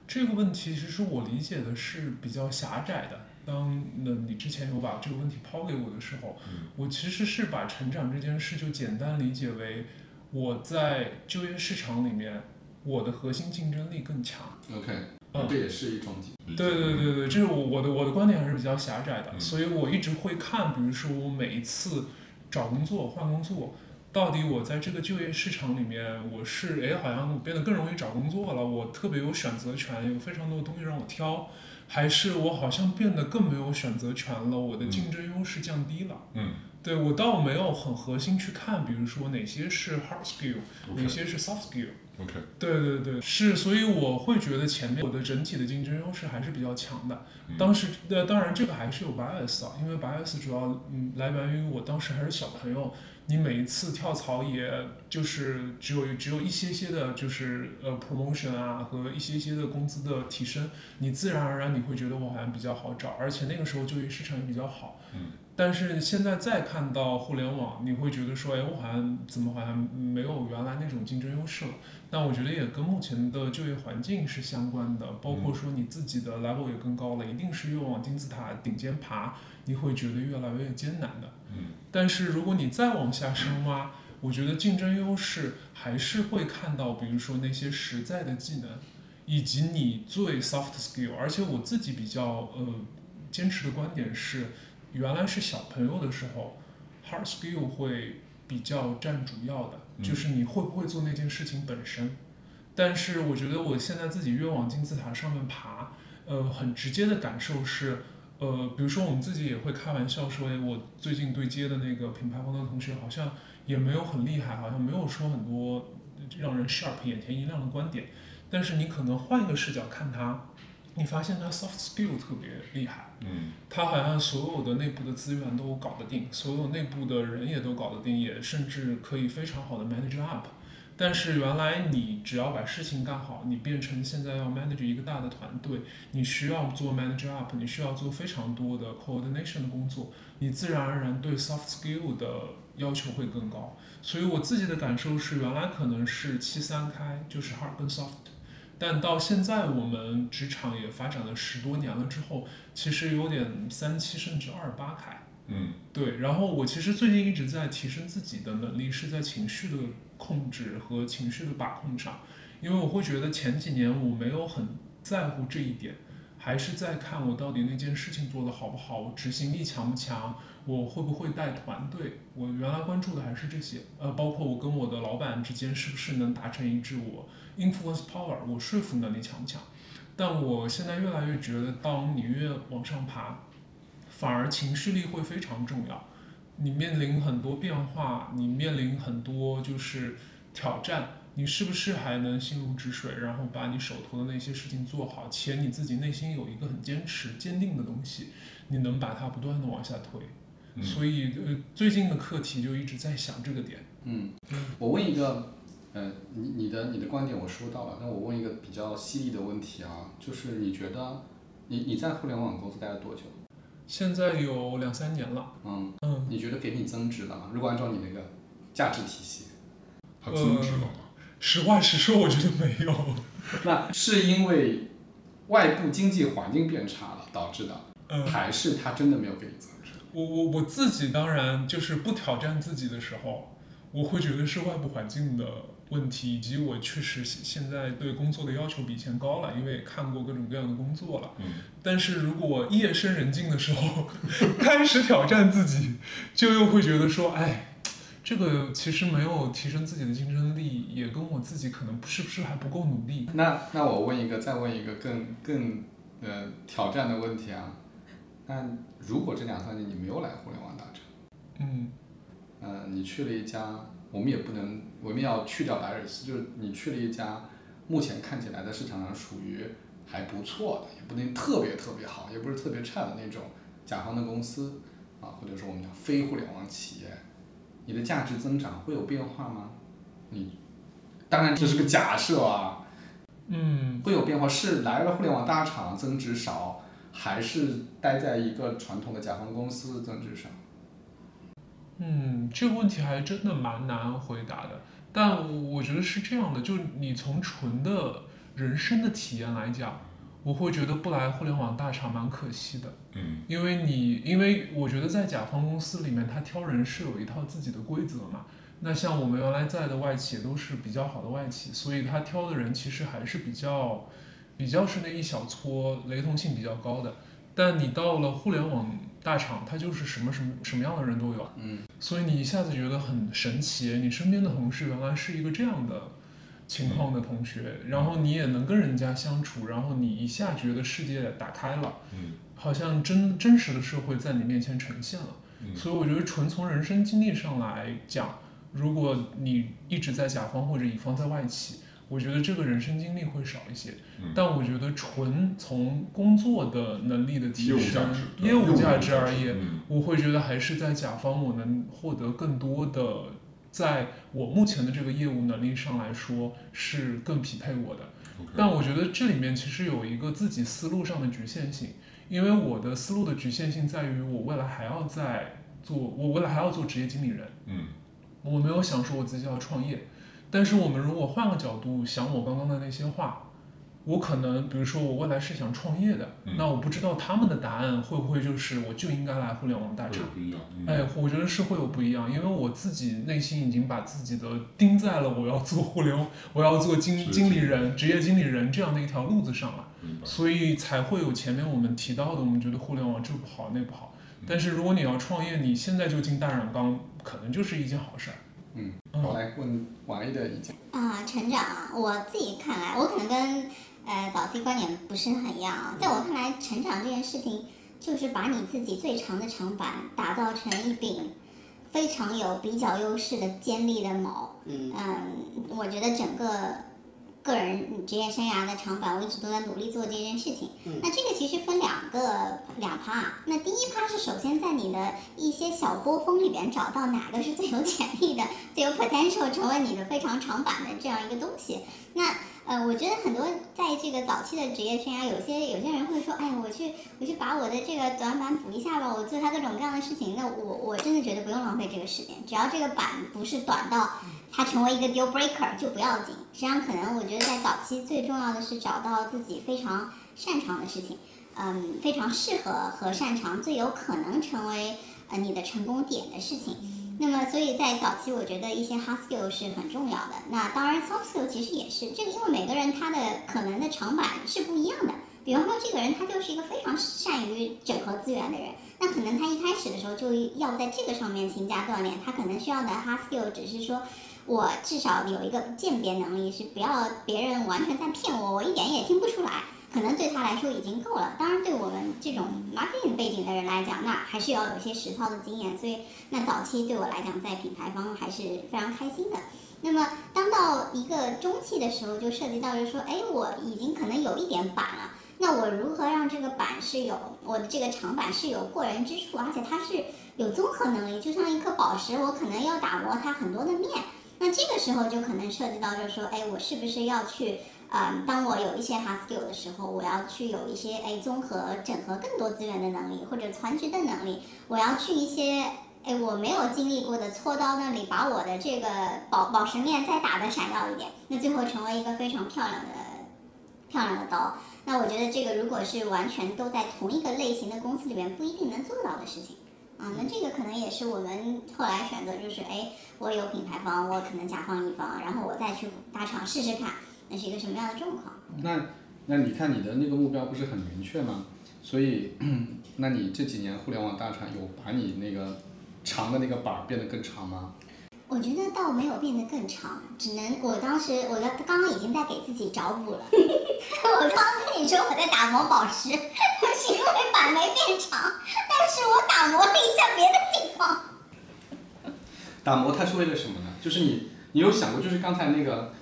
这个问题其实我理解的是比较狭窄的。当你之前有把这个问题抛给我的时候，我其实是把成长这件事就简单理解为我在就业市场里面，我的核心竞争力更强。 OK，这也是一种对，这是我的观点还是比较狭窄的，所以我一直会看，比如说我每一次找工作换工作，到底我在这个就业市场里面，我是好像变得更容易找工作了，我特别有选择权，有非常多的东西让我挑，还是我好像变得更没有选择权了，我的竞争优势降低了。对，我倒没有很核心去看，比如说哪些是 hard skill， 哪些是 soft skill。对，是，所以我会觉得前面我的整体的竞争优势还是比较强的。当然这个还是有 bias 啊，因为 bias 主要来源于我当时还是小朋友，你每一次跳槽也就是只有一些些的，就是promotion 啊和一些些的工资的提升，你自然而然你会觉得我好像比较好找，而且那个时候就业市场也比较好。但是现在再看到互联网，你会觉得说，我好像没有原来那种竞争优势了。那我觉得也跟目前的就业环境是相关的，包括说你自己的 level 也更高了，一定是越往金字塔顶尖爬，你会觉得越来越艰难的。但是如果你再往下深挖，我觉得竞争优势还是会看到，比如说那些实在的技能，以及你最 soft skill。而且我自己比较坚持的观点是，原来是小朋友的时候 ，hard skill 会比较占主要的，就是你会不会做那件事情本身。但是我觉得我现在自己越往金字塔上面爬，很直接的感受是，比如说我们自己也会开玩笑说，我最近对接的那个品牌方的同学好像也没有很厉害，好像没有说很多让人 sharp 眼前一亮的观点。但是你可能换一个视角看他，你发现他 soft skill 特别厉害，他好像所有的内部的资源都搞得定，所有内部的人也都搞得定，也甚至可以非常好的 manage up。但是原来你只要把事情干好，你变成现在要 manage 一个大的团队，你需要做 manage up， 你需要做非常多的 coordination 的工作，你自然而然对 soft skill 的要求会更高。所以我自己的感受是，原来可能是7-3开，就是 hard 跟 soft。但到现在我们职场也发展了10多年了之后，其实有点3-7甚至2-8开。对。然后我其实最近一直在提升自己的能力，是在情绪的控制和情绪的把控上，因为我会觉得前几年我没有很在乎这一点，还是在看我到底那件事情做得好不好，我执行力强不强，我会不会带团队，我原来关注的还是这些，包括我跟我的老板之间是不是能达成一致，我 influence power， 我说服能力强不强。但我现在越来越觉得，当你越往上爬，反而情绪力会非常重要。你面临很多变化，你面临很多就是挑战，你是不是还能心如止水，然后把你手头的那些事情做好，且你自己内心有一个很坚持坚定的东西，你能把它不断的往下推。所以最近的课题就一直在想这个点。 我问一个你的观点我收到了，那我问一个比较犀利的问题啊，就是你觉得你在互联网公司待了多久？ 现在有2-3年了。 你觉得给你增值了吗？如果按照你那个价值体系， 它增值了吗？ 实话实说，我觉得没有。 那是因为外部经济环境变差了导致的，还是它真的没有给你增值？ 我自己当然就是不挑战自己的时候，我会觉得是外部环境的问题，以及我确实现在对工作的要求比以前高了，因为看过各种各样的工作了。但是如果夜深人静的时候开始挑战自己，就又会觉得说，这个其实没有提升自己的竞争力，也跟我自己可能是不是还不够努力。 那我再问一个更挑战的问题啊，那如果这2-3年你没有来互联网大厂，你去了一家，我们要去掉bias，就是你去了一家目前看起来在市场上属于还不错的，也不能特别特别好，也不是特别差的那种甲方的公司啊，或者说我们讲非互联网企业，你的价值增长会有变化吗？当然这是个假设啊。会有变化，是来了互联网大厂增值少，还是待在一个传统的甲方公司增值少？ 这个问题还真的蛮难回答的。但我觉得是这样的，就你从纯的人生的体验来讲，我会觉得不来互联网大厂蛮可惜的。因为我觉得在甲方公司里面，他挑人是有一套自己的规则嘛。那像我们原来在的外企也都是比较好的外企，所以他挑的人其实还是比较是那一小撮雷同性比较高的。但你到了互联网大厂，它就是什么样的人都有，所以你一下子觉得很神奇，你身边的同事原来是一个这样的情况的同学，然后你也能跟人家相处，然后你一下觉得世界打开了，好像真实的社会在你面前呈现了。所以我觉得纯从人生经历上来讲，如果你一直在甲方或者乙方在外企，我觉得这个人生经历会少一些。但我觉得纯从工作的能力的提升、业务价值而言，我会觉得还是在甲方我能获得更多的，在我目前的这个业务能力上来说是更匹配我的。但我觉得这里面其实有一个自己思路上的局限性，因为我的思路的局限性在于我未来还要做职业经理人。我没有想说我自己要创业。但是我们如果换个角度想我刚刚的那些话，我可能比如说我未来是想创业的，那我不知道他们的答案会不会就是我就应该来互联网大厂。我觉得是会有不一样，因为我自己内心已经把自己的钉在了我要做我要做经理人、职业经理人这样的一条路子上了，所以才会有前面我们提到的，我们觉得互联网这不好那不好。但是如果你要创业，你现在就进大染缸，可能就是一件好事儿。 我来问王 A 的意见。 成长我自己看来，我可能跟早期观点不是很一样啊。在我看来，成长这件事情就是把你自己最长的长板打造成一柄非常有比较优势的尖利的矛。我觉得整个人职业生涯的长板，我一直都在努力做这件事情。那这个其实分两趴。那第一趴是首先在你的一些小波峰里边找到哪个是最有潜力的、最有 potential 成为你的非常长板的这样一个东西。那我觉得很多在这个早期的职业生涯，有些人会说，哎，我去把我的这个短板补一下吧，我做它各种各样的事情。那我真的觉得不用浪费这个时间，只要这个板不是短到它成为一个 deal breaker 就不要紧。实际上可能我觉得在早期最重要的是找到自己非常擅长的事情，非常适合和擅长，最有可能成为你的成功点的事情。那么所以在早期我觉得一些 hard skill 是很重要的。那当然 soft skill 其实也是这个，因为每个人他的可能的长板是不一样的。比方说这个人他就是一个非常善于整合资源的人，那可能他一开始的时候就要在这个上面勤加锻炼，他可能需要的 hard skill 只是说我至少有一个鉴别能力，是不要别人完全在骗我一点也听不出来，可能对他来说已经够了。当然对我们这种 marketing 背景的人来讲，那还是要有一些实操的经验，所以那早期对我来讲在品牌方还是非常开心的。那么当到一个中期的时候，就涉及到就是说，我已经可能有一点板了，那我如何让这个板是有我的这个长板是有过人之处，而且它是有综合能力，就像一颗宝石，我可能要打磨它很多的面。那这个时候就可能涉及到就是说，我是不是要去当我有一些 hard skill 的时候，我要去有一些综合整合更多资源的能力，或者团局的能力，我要去一些我没有经历过的锉刀那里，把我的这个宝石面再打得闪耀一点，那最后成为一个非常漂亮的刀。那我觉得这个如果是完全都在同一个类型的公司里面，不一定能做到的事情。那这个可能也是我们后来选择，就是我有品牌方，我可能甲方乙方，然后我再去大厂试试看，那是一个什么样的状况。 那你看你的那个目标不是很明确吗？所以那你这几年互联网大厂有把你那个长的那个板变得更长吗？ 我觉得倒没有变得更长，只能我刚刚已经在给自己找补了。我刚刚跟你说我在打磨宝石，是因为板没变长，但是我打磨了一下别的地方。 打磨它是为了什么呢？就是你有想过，就是刚才那个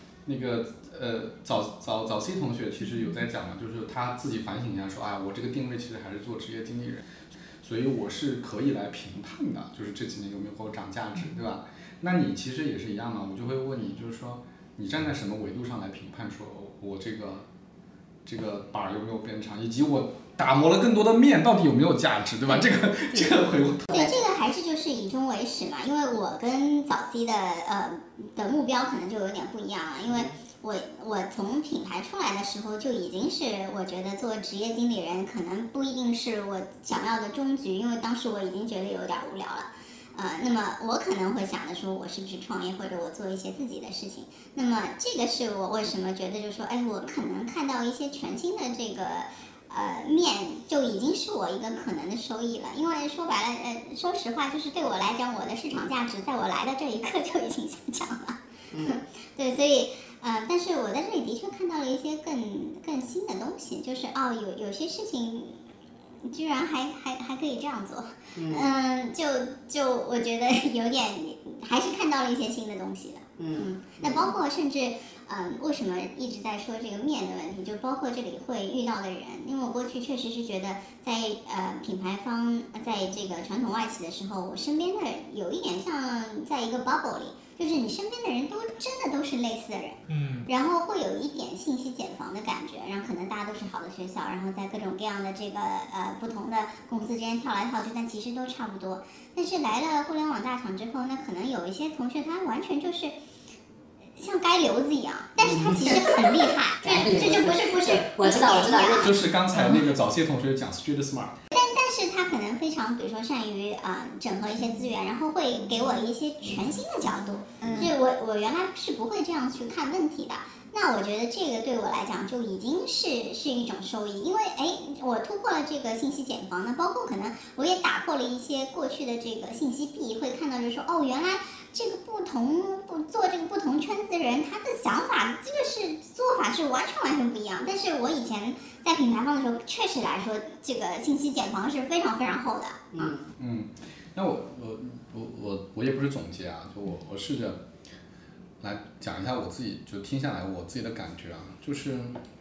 早 C 同学其实有在讲嘛，就是他自己反省一下说，我这个定位其实还是做职业经理人，所以我是可以来评判的，就是这几年有没有给我涨价值，对吧？那你其实也是一样嘛，我就会问你，就是说你站在什么维度上来评判说我这个板有没有变长，以及我打磨了更多的面到底有没有价值，对吧？这个回过头对，这个还是就是以终为始嘛，因为我跟早期的目标可能就有点不一样了，因为我从品牌出来的时候就已经是我觉得做职业经理人可能不一定是我想要的终局，因为当时我已经觉得有点无聊了。那么我可能会想着说，我是不是创业，或者我做一些自己的事情。那么这个是我为什么觉得，就是说，哎，我可能看到一些全新的这个面，就已经是我一个可能的收益了。因为说白了，说实话，就是对我来讲，我的市场价值在我来的这一刻就已经下降了。对，所以但是我在这里的确看到了一些更新的东西，就是有些事情居然还可以这样做。就我觉得有点还是看到了一些新的东西的。那包括甚至为什么一直在说这个面的问题，就包括这里会遇到的人，因为我过去确实是觉得在品牌方在这个传统外企的时候，我身边的有一点像在一个 bubble 里，就是你身边的人真的都是类似的人。然后会有一点信息茧房的感觉，然后可能大家都是好的学校，然后在各种各样的这个不同的公司之间跳来跳去，但其实都差不多。但是来了互联网大厂之后，那可能有一些同学他完全就是像街流子一样，但是他其实很厉害。这就不是我知道， 就是刚才那个早些同学讲 street smart。 但是他可能非常，比如说善于整合一些资源，然后会给我一些全新的角度，就是我原来是不会这样去看问题的。那我觉得这个对我来讲就已经是一种收益，因为我突破了这个信息茧房呢，包括可能我也打破了一些过去的这个信息壁，会看到就是说原来这个做这个不同圈子的人，他的想法这个是做法是完全不一样。但是我以前在品牌方的时候，确实来说这个信息茧房是非常非常厚的。 那我也不是总结啊，就我试着来讲一下我自己就听下来我自己的感觉啊，就是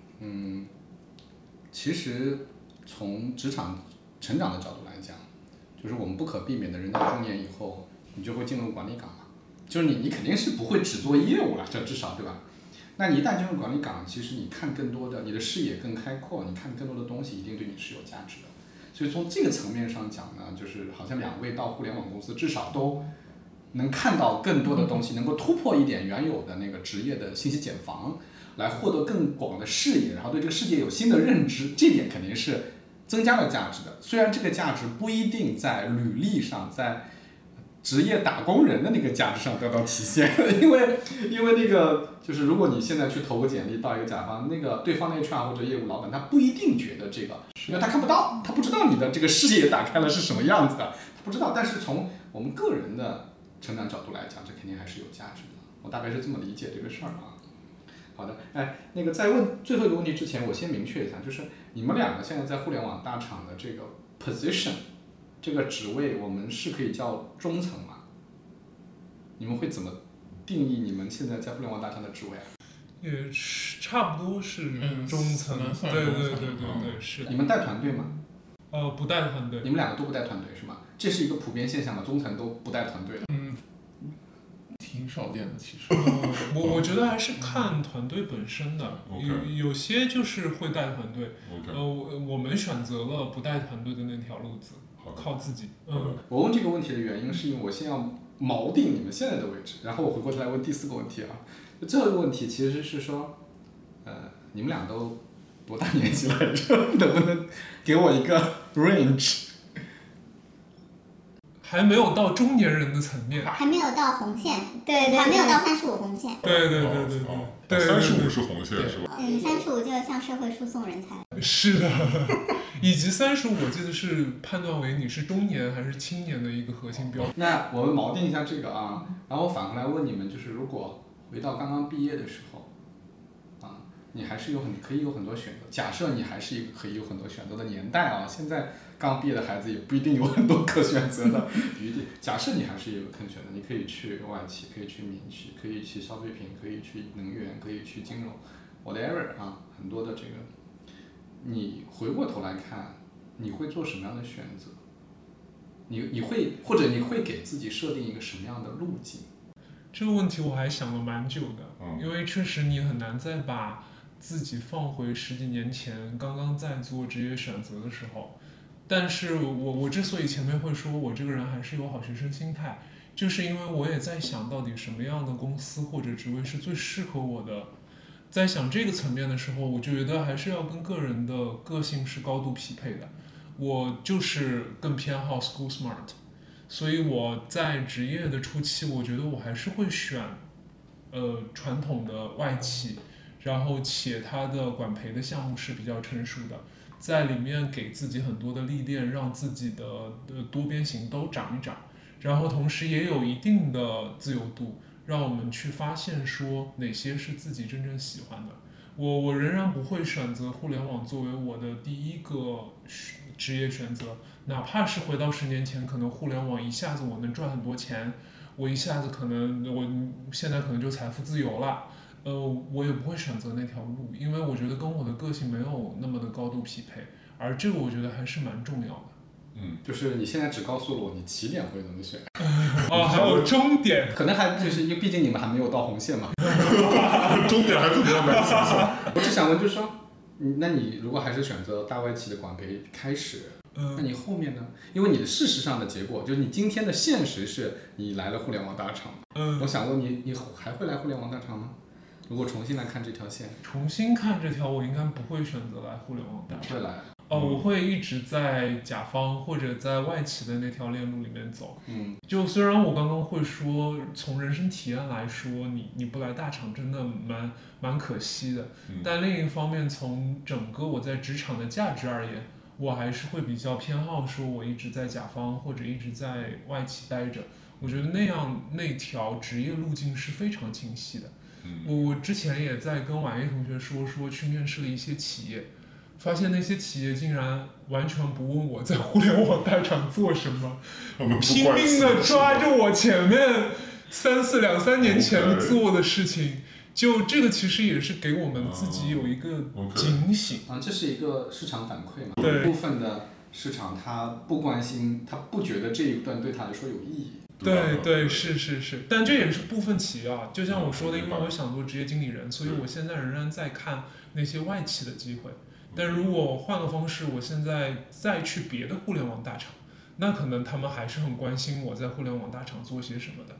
其实从职场成长的角度来讲，就是我们不可避免的人到中年以后，你就会进入管理岗嘛，就是你肯定是不会只做业务了，这至少对吧？那你一旦进入管理岗，其实你看更多的，你的视野更开阔，你看更多的东西，一定对你是有价值的。所以从这个层面上讲呢，就是好像两位到互联网公司，至少都能看到更多的东西，能够突破一点原有的那个职业的信息茧房，来获得更广的视野，然后对这个世界有新的认知，这点肯定是增加了价值的。虽然这个价值不一定在履历上，在职业打工人的那个价值上得到体现，因为那个就是如果你现在去投个简历到一个甲方，那个对方的 HR 或者业务老板他不一定觉得这个，因为他看不到，他不知道你的这个视野打开了是什么样子的，他不知道。但是从我们个人的成长角度来讲，这肯定还是有价值的。我大概是这么理解这个事儿啊。好的，那个在问最后一个问题之前，我先明确一下，就是你们两个现在在互联网大厂的这个 position， 这个职位，我们是可以叫中层吗？你们会怎么定义你们现在在互联网大厂的职位啊？ 也是差不多是中层，对，是。 你们带团队吗？ 不带团队。 你们两个都不带团队是吗？这是一个普遍现象吗？中层都不带团队的？ 挺少见的其实。 我觉得还是看团队本身的，有些就是会带团队。我们选择了不带团队的那条路子，靠自己。 我问这个问题的原因是因为我先要锚定你们现在的位置，然后我回过头来问第四个问题啊。最后一个问题其实是说，你们俩都多大年纪来着？能不能给我一个 range？ 还没有到中年人的层面， 还没有到红线，对，还没有到35红线。 对 ，35是红线是吧 ？35就要向社会输送人才。 是的，以及35我记得是判断为你是中年还是青年的一个核心标准。 那我们锚定一下这个啊，然后我反过来问你们，就是如果回到刚刚毕业的时候，你还是可以有很多选择。假设你还是一个可以有很多选择的年代啊，现在刚毕业的孩子也不一定有很多可选择的余地。假设你还是有可选择，你可以去外企，可以去民企，可以去消费品，可以去能源，可以去金融 ，whatever 啊，很多的这个，你回过头来看，你会做什么样的选择？你会给自己设定一个什么样的路径？ 这个问题我还想了蛮久的，因为确实你很难再把自己放回10几年前刚刚在做职业选择的时候。但是我之所以前面会说我这个人还是有好学生心态，就是因为我也在想到底什么样的公司或者职位是最适合我的。 在想这个层面的时候，我觉得还是要跟个人的个性是高度匹配的。我就是更偏好 school smart， 所以我在职业的初期，我觉得我还是会选传统的外企，然后且它的管培的项目是比较成熟的，在里面给自己很多的历练，让自己的多边形都长一长，然后同时也有一定的自由度，让我们去发现说哪些是自己真正喜欢的。我仍然不会选择互联网作为我的第一个职业选择，哪怕是回到10年前，可能互联网一下子我能赚很多钱，我一下子我现在可能就财富自由了，我也不会选择那条路，因为我觉得跟我的个性没有那么的高度匹配，而这个我觉得还是蛮重要的。 就是你现在只告诉了我你起点会怎么选， 还有终点， 可能还就是因为毕竟你们还没有到红线嘛， 终点还是比较难想象。 我只想问，就是说，那你如果还是选择大外企的管培开始，那你后面呢？因为你的事实上的结果，就是你今天的现实是你来了互联网大厂。我想问你还会来互联网大厂吗？如果重新来看这条线， 重新看这条，我应该不会选择来互联网大厂。 会来。 我会一直在甲方或者在外企的那条链路里面走。就虽然我刚刚会说，从人生体验来说，你不来大厂真的蛮可惜的。但另一方面，从整个我在职场的价值而言，我还是会比较偏好说，我一直在甲方或者一直在外企待着。我觉得那条职业路径是非常清晰的。我之前也在跟婉叶同学说去面试了一些企业。发现那些企业竟然完全不问我在互联网大厂做什么，拼命的抓着我前面2、3年前做的事情。就这个其实也是给我们自己有一个警醒。 这是一个市场反馈嘛？ 对， 部分的市场他不关心，他不觉得这一段对他来说有意义。 对，是，但这也是部分企业啊。就像我说的，因为我想做职业经理人，所以我现在仍然在看那些外企的机会。但如果我换个方式，我现在再去别的互联网大厂，那可能他们还是很关心我在互联网大厂做些什么的。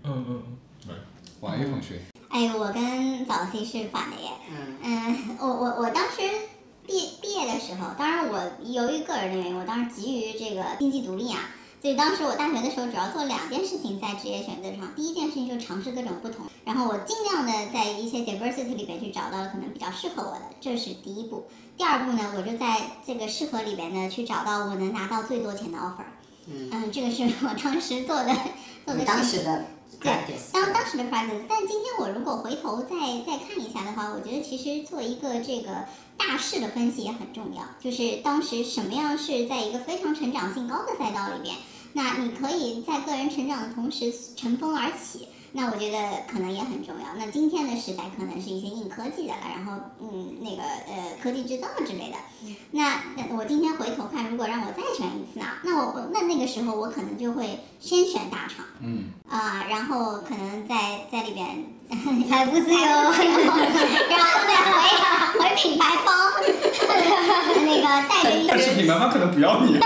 婉叶同学， 我跟早 C 是反的耶。我当时毕业的时候，当然我由于个人的原因，我当时急于这个经济独立啊。所以当时我大学的时候主要做2件事情在职业选择上，第一件事情就是尝试各种不同，然后我尽量的在一些 diversity 里边去找到可能比较适合我的，这是第一步。第二步呢，我就在这个适合里边呢去找到我能拿到最多钱的 offer。这个是我当时做的当时的 practice。当时的 practice， 但今天我如果回头再看一下的话，我觉得其实做一个这个大势的分析也很重要，就是当时什么样是在一个非常成长性高的赛道里边，那你可以在个人成长的同时乘风而起，那我觉得可能也很重要。那今天的时代可能是一些硬科技的了，然后科技制造之类的。那我今天回头看，如果让我再选一次啊，那个时候我可能就会先选大厂。然后可能在里边财富自由，然后再回品牌方，带着一些， 但是品牌方可能不要你。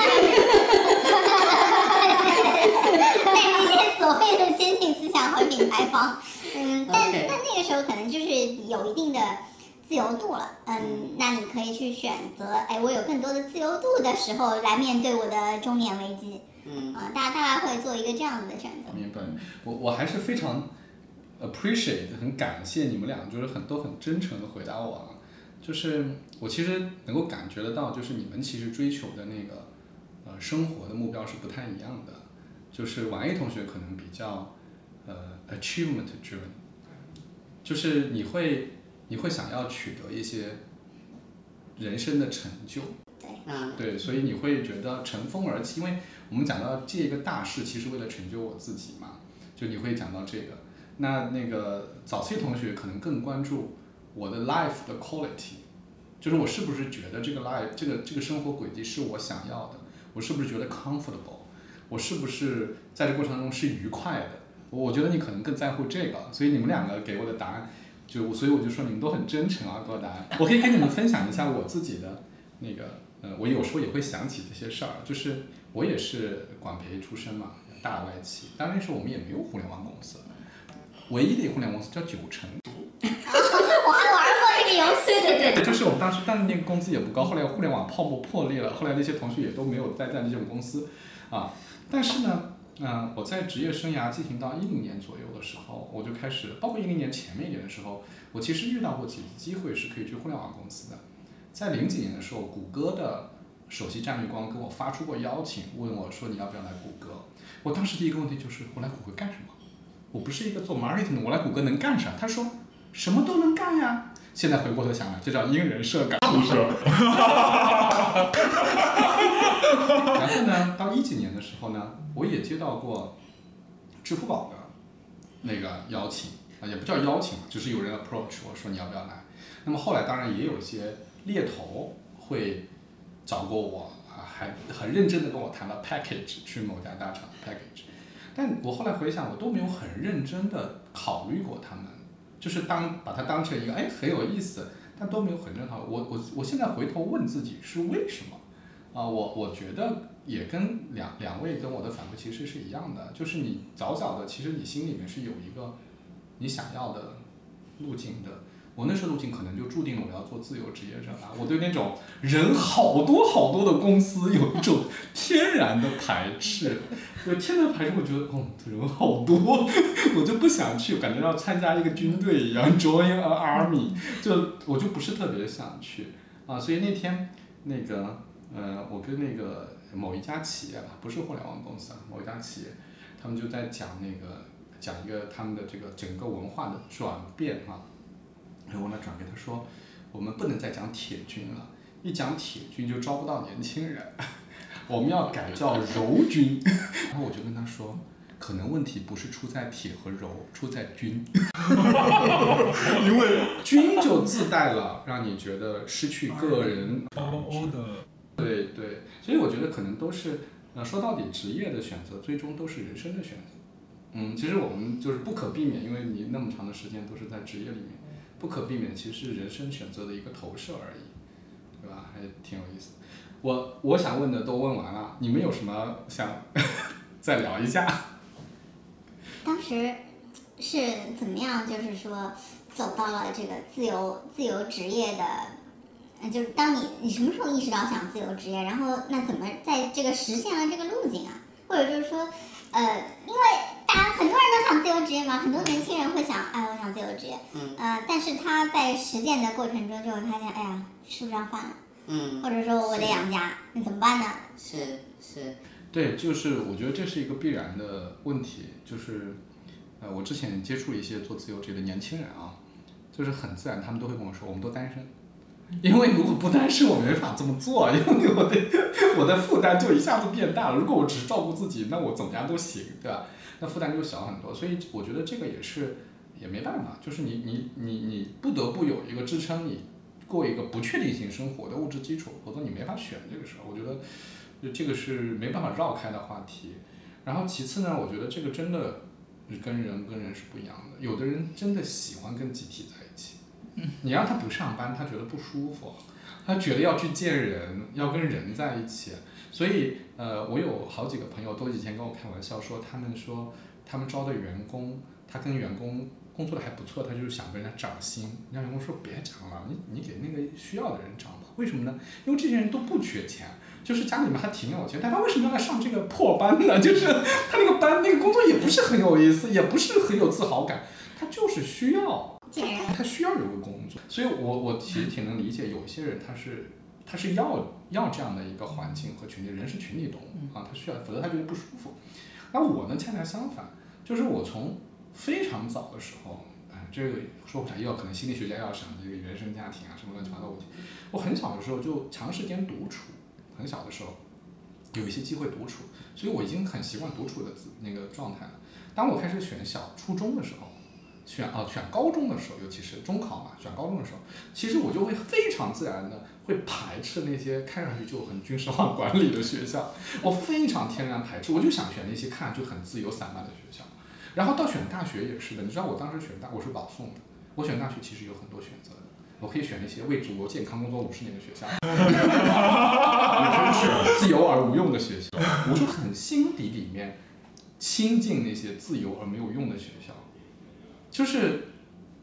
带着一些所谓的先进思想回品牌方。但那个时候可能就是有一定的自由度了。那你可以去选择，我有更多的自由度的时候来面对我的中年危机。大家会做一个这样子的选择。 明白。我还是非常 appreciate， 很感谢你们俩，就是都很真诚的回答我啊。就是我其实能够感觉得到，就是你们其实追求的那个生活的目标是不太一样的。就是婉叶同学可能比较achievement driven， 就是你会想要取得一些人生的成就。对，所以你会觉得乘风而起，因为我们讲到这个大事，其实为了成就我自己嘛，就你会讲到这个。那个早 C 同学可能更关注我的 life 的 quality， 就是我是不是觉得这个 life 这个生活轨迹是我想要的，我是不是觉得 comfortable， 我是不是在这过程中是愉快的。我觉得你可能更在乎这个，所以你们两个给我的答案，所以我就说你们都很真诚啊，给我答案。我可以跟你们分享一下我自己的那个。我有时候也会想起这些事儿，就是我也是管培出身嘛，大外企，当然那时候我们也没有互联网公司，唯一的一个互联网公司叫9成。 我还玩过这个游戏。 对，就是我们当时，但是那个工资也不高，后来互联网泡沫破裂了，后来那些同学也都没有再在这种公司，啊，但是呢，我在职业生涯进行到10年左右的时候，我就开始，包括10年前面一点的时候，我其实遇到过几次机会是可以去互联网公司的。在00几年的时候，谷歌的首席战略官跟我发出过邀请，问我说你要不要来谷歌？我当时第一个问题就是我来谷歌干什么？我不是一个做 marketing 的，我来谷歌能干啥？他说什么都能干呀。现在回过头想来，这叫因人设感。 是不是？ 然后呢，到10几年的时候呢，我也接到过支付宝的那个邀请啊，也不叫邀请，只是有人 approach 我说你要不要来。那么后来当然也有一些猎头会找过我啊，还很认真的跟我谈了 package 去某家大厂 package， 但我后来回想，我都没有很认真的考虑过他们，就是把它当成一个很有意思，但都没有很认真考虑。我现在回头问自己是为什么啊？我觉得也跟两位跟我的反馈其实是一样的，就是你早的，其实你心里面是有一个你想要的路径的。我那时候路径可能就注定了我要做自由职业者了。我对那种人好多的公司有一种天然的排斥，有天然排斥，我觉得人好多，我就不想去，感觉要参加一个军队一样 ，join an army， 我就不是特别想去啊。所以那天我跟那个某一家企业吧，不是互联网公司啊，某一家企业，他们就在讲一个他们的这个整个文化的转变啊。然后我转变，他说我们不能再讲铁军了，一讲铁军就招不到年轻人，我们要改叫柔军。然后我就跟他说，可能问题不是出在铁和柔，出在军，因为军就自带了让你觉得失去个人的。 对，所以我觉得可能都是说到底职业的选择最终都是人生的选择。其实我们就是不可避免，因为你那么长的时间都是在职业里面，不可避免其实是人生选择的一个投射而已，对吧？还挺有意思的。我想问的都问完了，你们有什么想再聊一下？ 当时是怎么样，就是说走到了这个自由职业的，就是当你什么时候意识到想自由职业，然后那怎么在这个实现了这个路径啊？或者就是说，因为很多人都想自由职业嘛，很多年轻人会想，我想自由职业，但是他在实践的过程中就会发现，吃不上饭了，或者说我得养家，那怎么办呢？ 是。 对，就是我觉得这是一个必然的问题，就是我之前接触了一些做自由职业的年轻人啊，就是很自然，他们都会跟我说，我们都单身。因为如果不单身，我没法这么做，因为我的负担就一下子变大了。如果我只是照顾自己，那我怎么样都行，对吧？那负担就小很多。所以我觉得这个也没办法，就是你不得不有一个支撑你过一个不确定性生活的物质基础，否则你没法选这个事儿。我觉得这个是没办法绕开的话题。然后其次呢，我觉得这个真的跟人是不一样的。有的人真的喜欢跟集体在一起。你让他不上班，他觉得不舒服，他觉得要去见人，要跟人在一起。所以我有好几个朋友都以前跟我开玩笑说他们招的员工，他跟员工工作的还不错，他就是想跟人家涨薪。人家员工说别涨了，你给那个需要的人涨吧。为什么呢？因为这些人都不缺钱，就是家里面还挺有钱，但他为什么要来上这个破班呢？就是他那个班那个工作也不是很有意思，也不是很有自豪感，他就是需要。他需要有个工作，所以我其实挺能理解有一些人他是要这样的一个环境和群体，人是群体动物啊，他需要，否则他觉得不舒服。那我呢恰恰相反，就是我从非常早的时候，这个说不来，可能心理学家要想这个原生家庭啊什么乱七八糟问题。我很小的时候就长时间独处，很小的时候有一些机会独处，所以我已经很习惯独处的那个状态了。当我开始选初中的时候。选高中的时候，尤其是中考嘛，选高中的时候，其实我就会非常自然的会排斥那些看上去就很军事化管理的学校，我非常天然排斥，我就想选那些看上去很自由散漫的学校。然后到选大学也是的，你知道我当时我是保送的，我选大学其实有很多选择的，我可以选那些为祖国健康工作50年的学校，也可以选自由而无用的学校，我就很心底里面亲近那些自由而没有用的学校。就是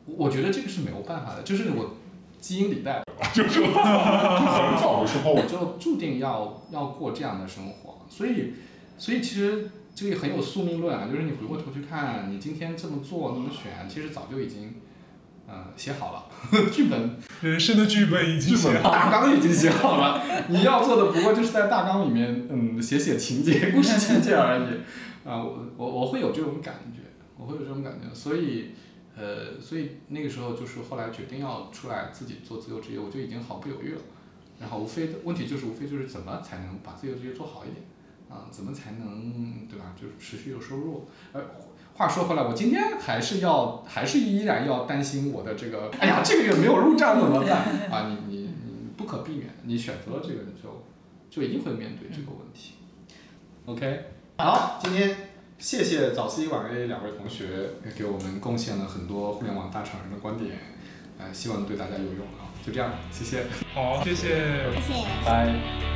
我觉得这个是没有办法的，就是我基因里带， 就是很早的时候我就注定要过这样的生活，所以其实这个很有宿命论啊，就是你回过头去看，你今天这么做那么选，其实早就已经写好了，剧本， 人生的剧本已经写好了， 大纲已经写好了，你要做的不过就是在大纲里面写情节，故事情节而已啊，我会有这种感觉，所以那个时候就是后来决定要出来自己做自由职业，我就已经毫不犹豫了。然后无非就是怎么才能把自由职业做好一点啊？怎么才能对吧？就是持续有收入。话说回来，我今天还是依然要担心我的这个，哎呀，这个月没有入账怎么办啊？你不可避免，你选择了这个就一定会面对这个问题。OK， 好，今天。谢谢早 C 晚 A 两位同学给我们贡献了很多互联网大厂人的观点，希望对大家有用啊！就这样，谢谢。 好，谢谢， 谢谢， 拜。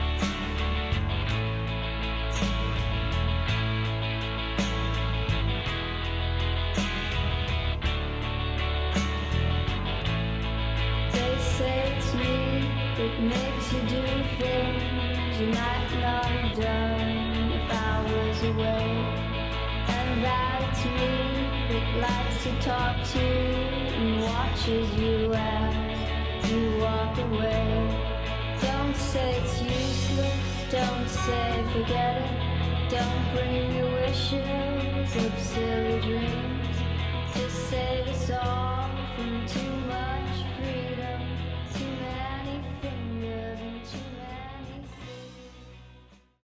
That's me that likes to talk to and watches you as you walk away. Don't say it's useless, don't say forget it. Don't bring your wishes of silly dreams. Just save us all from too much freedom.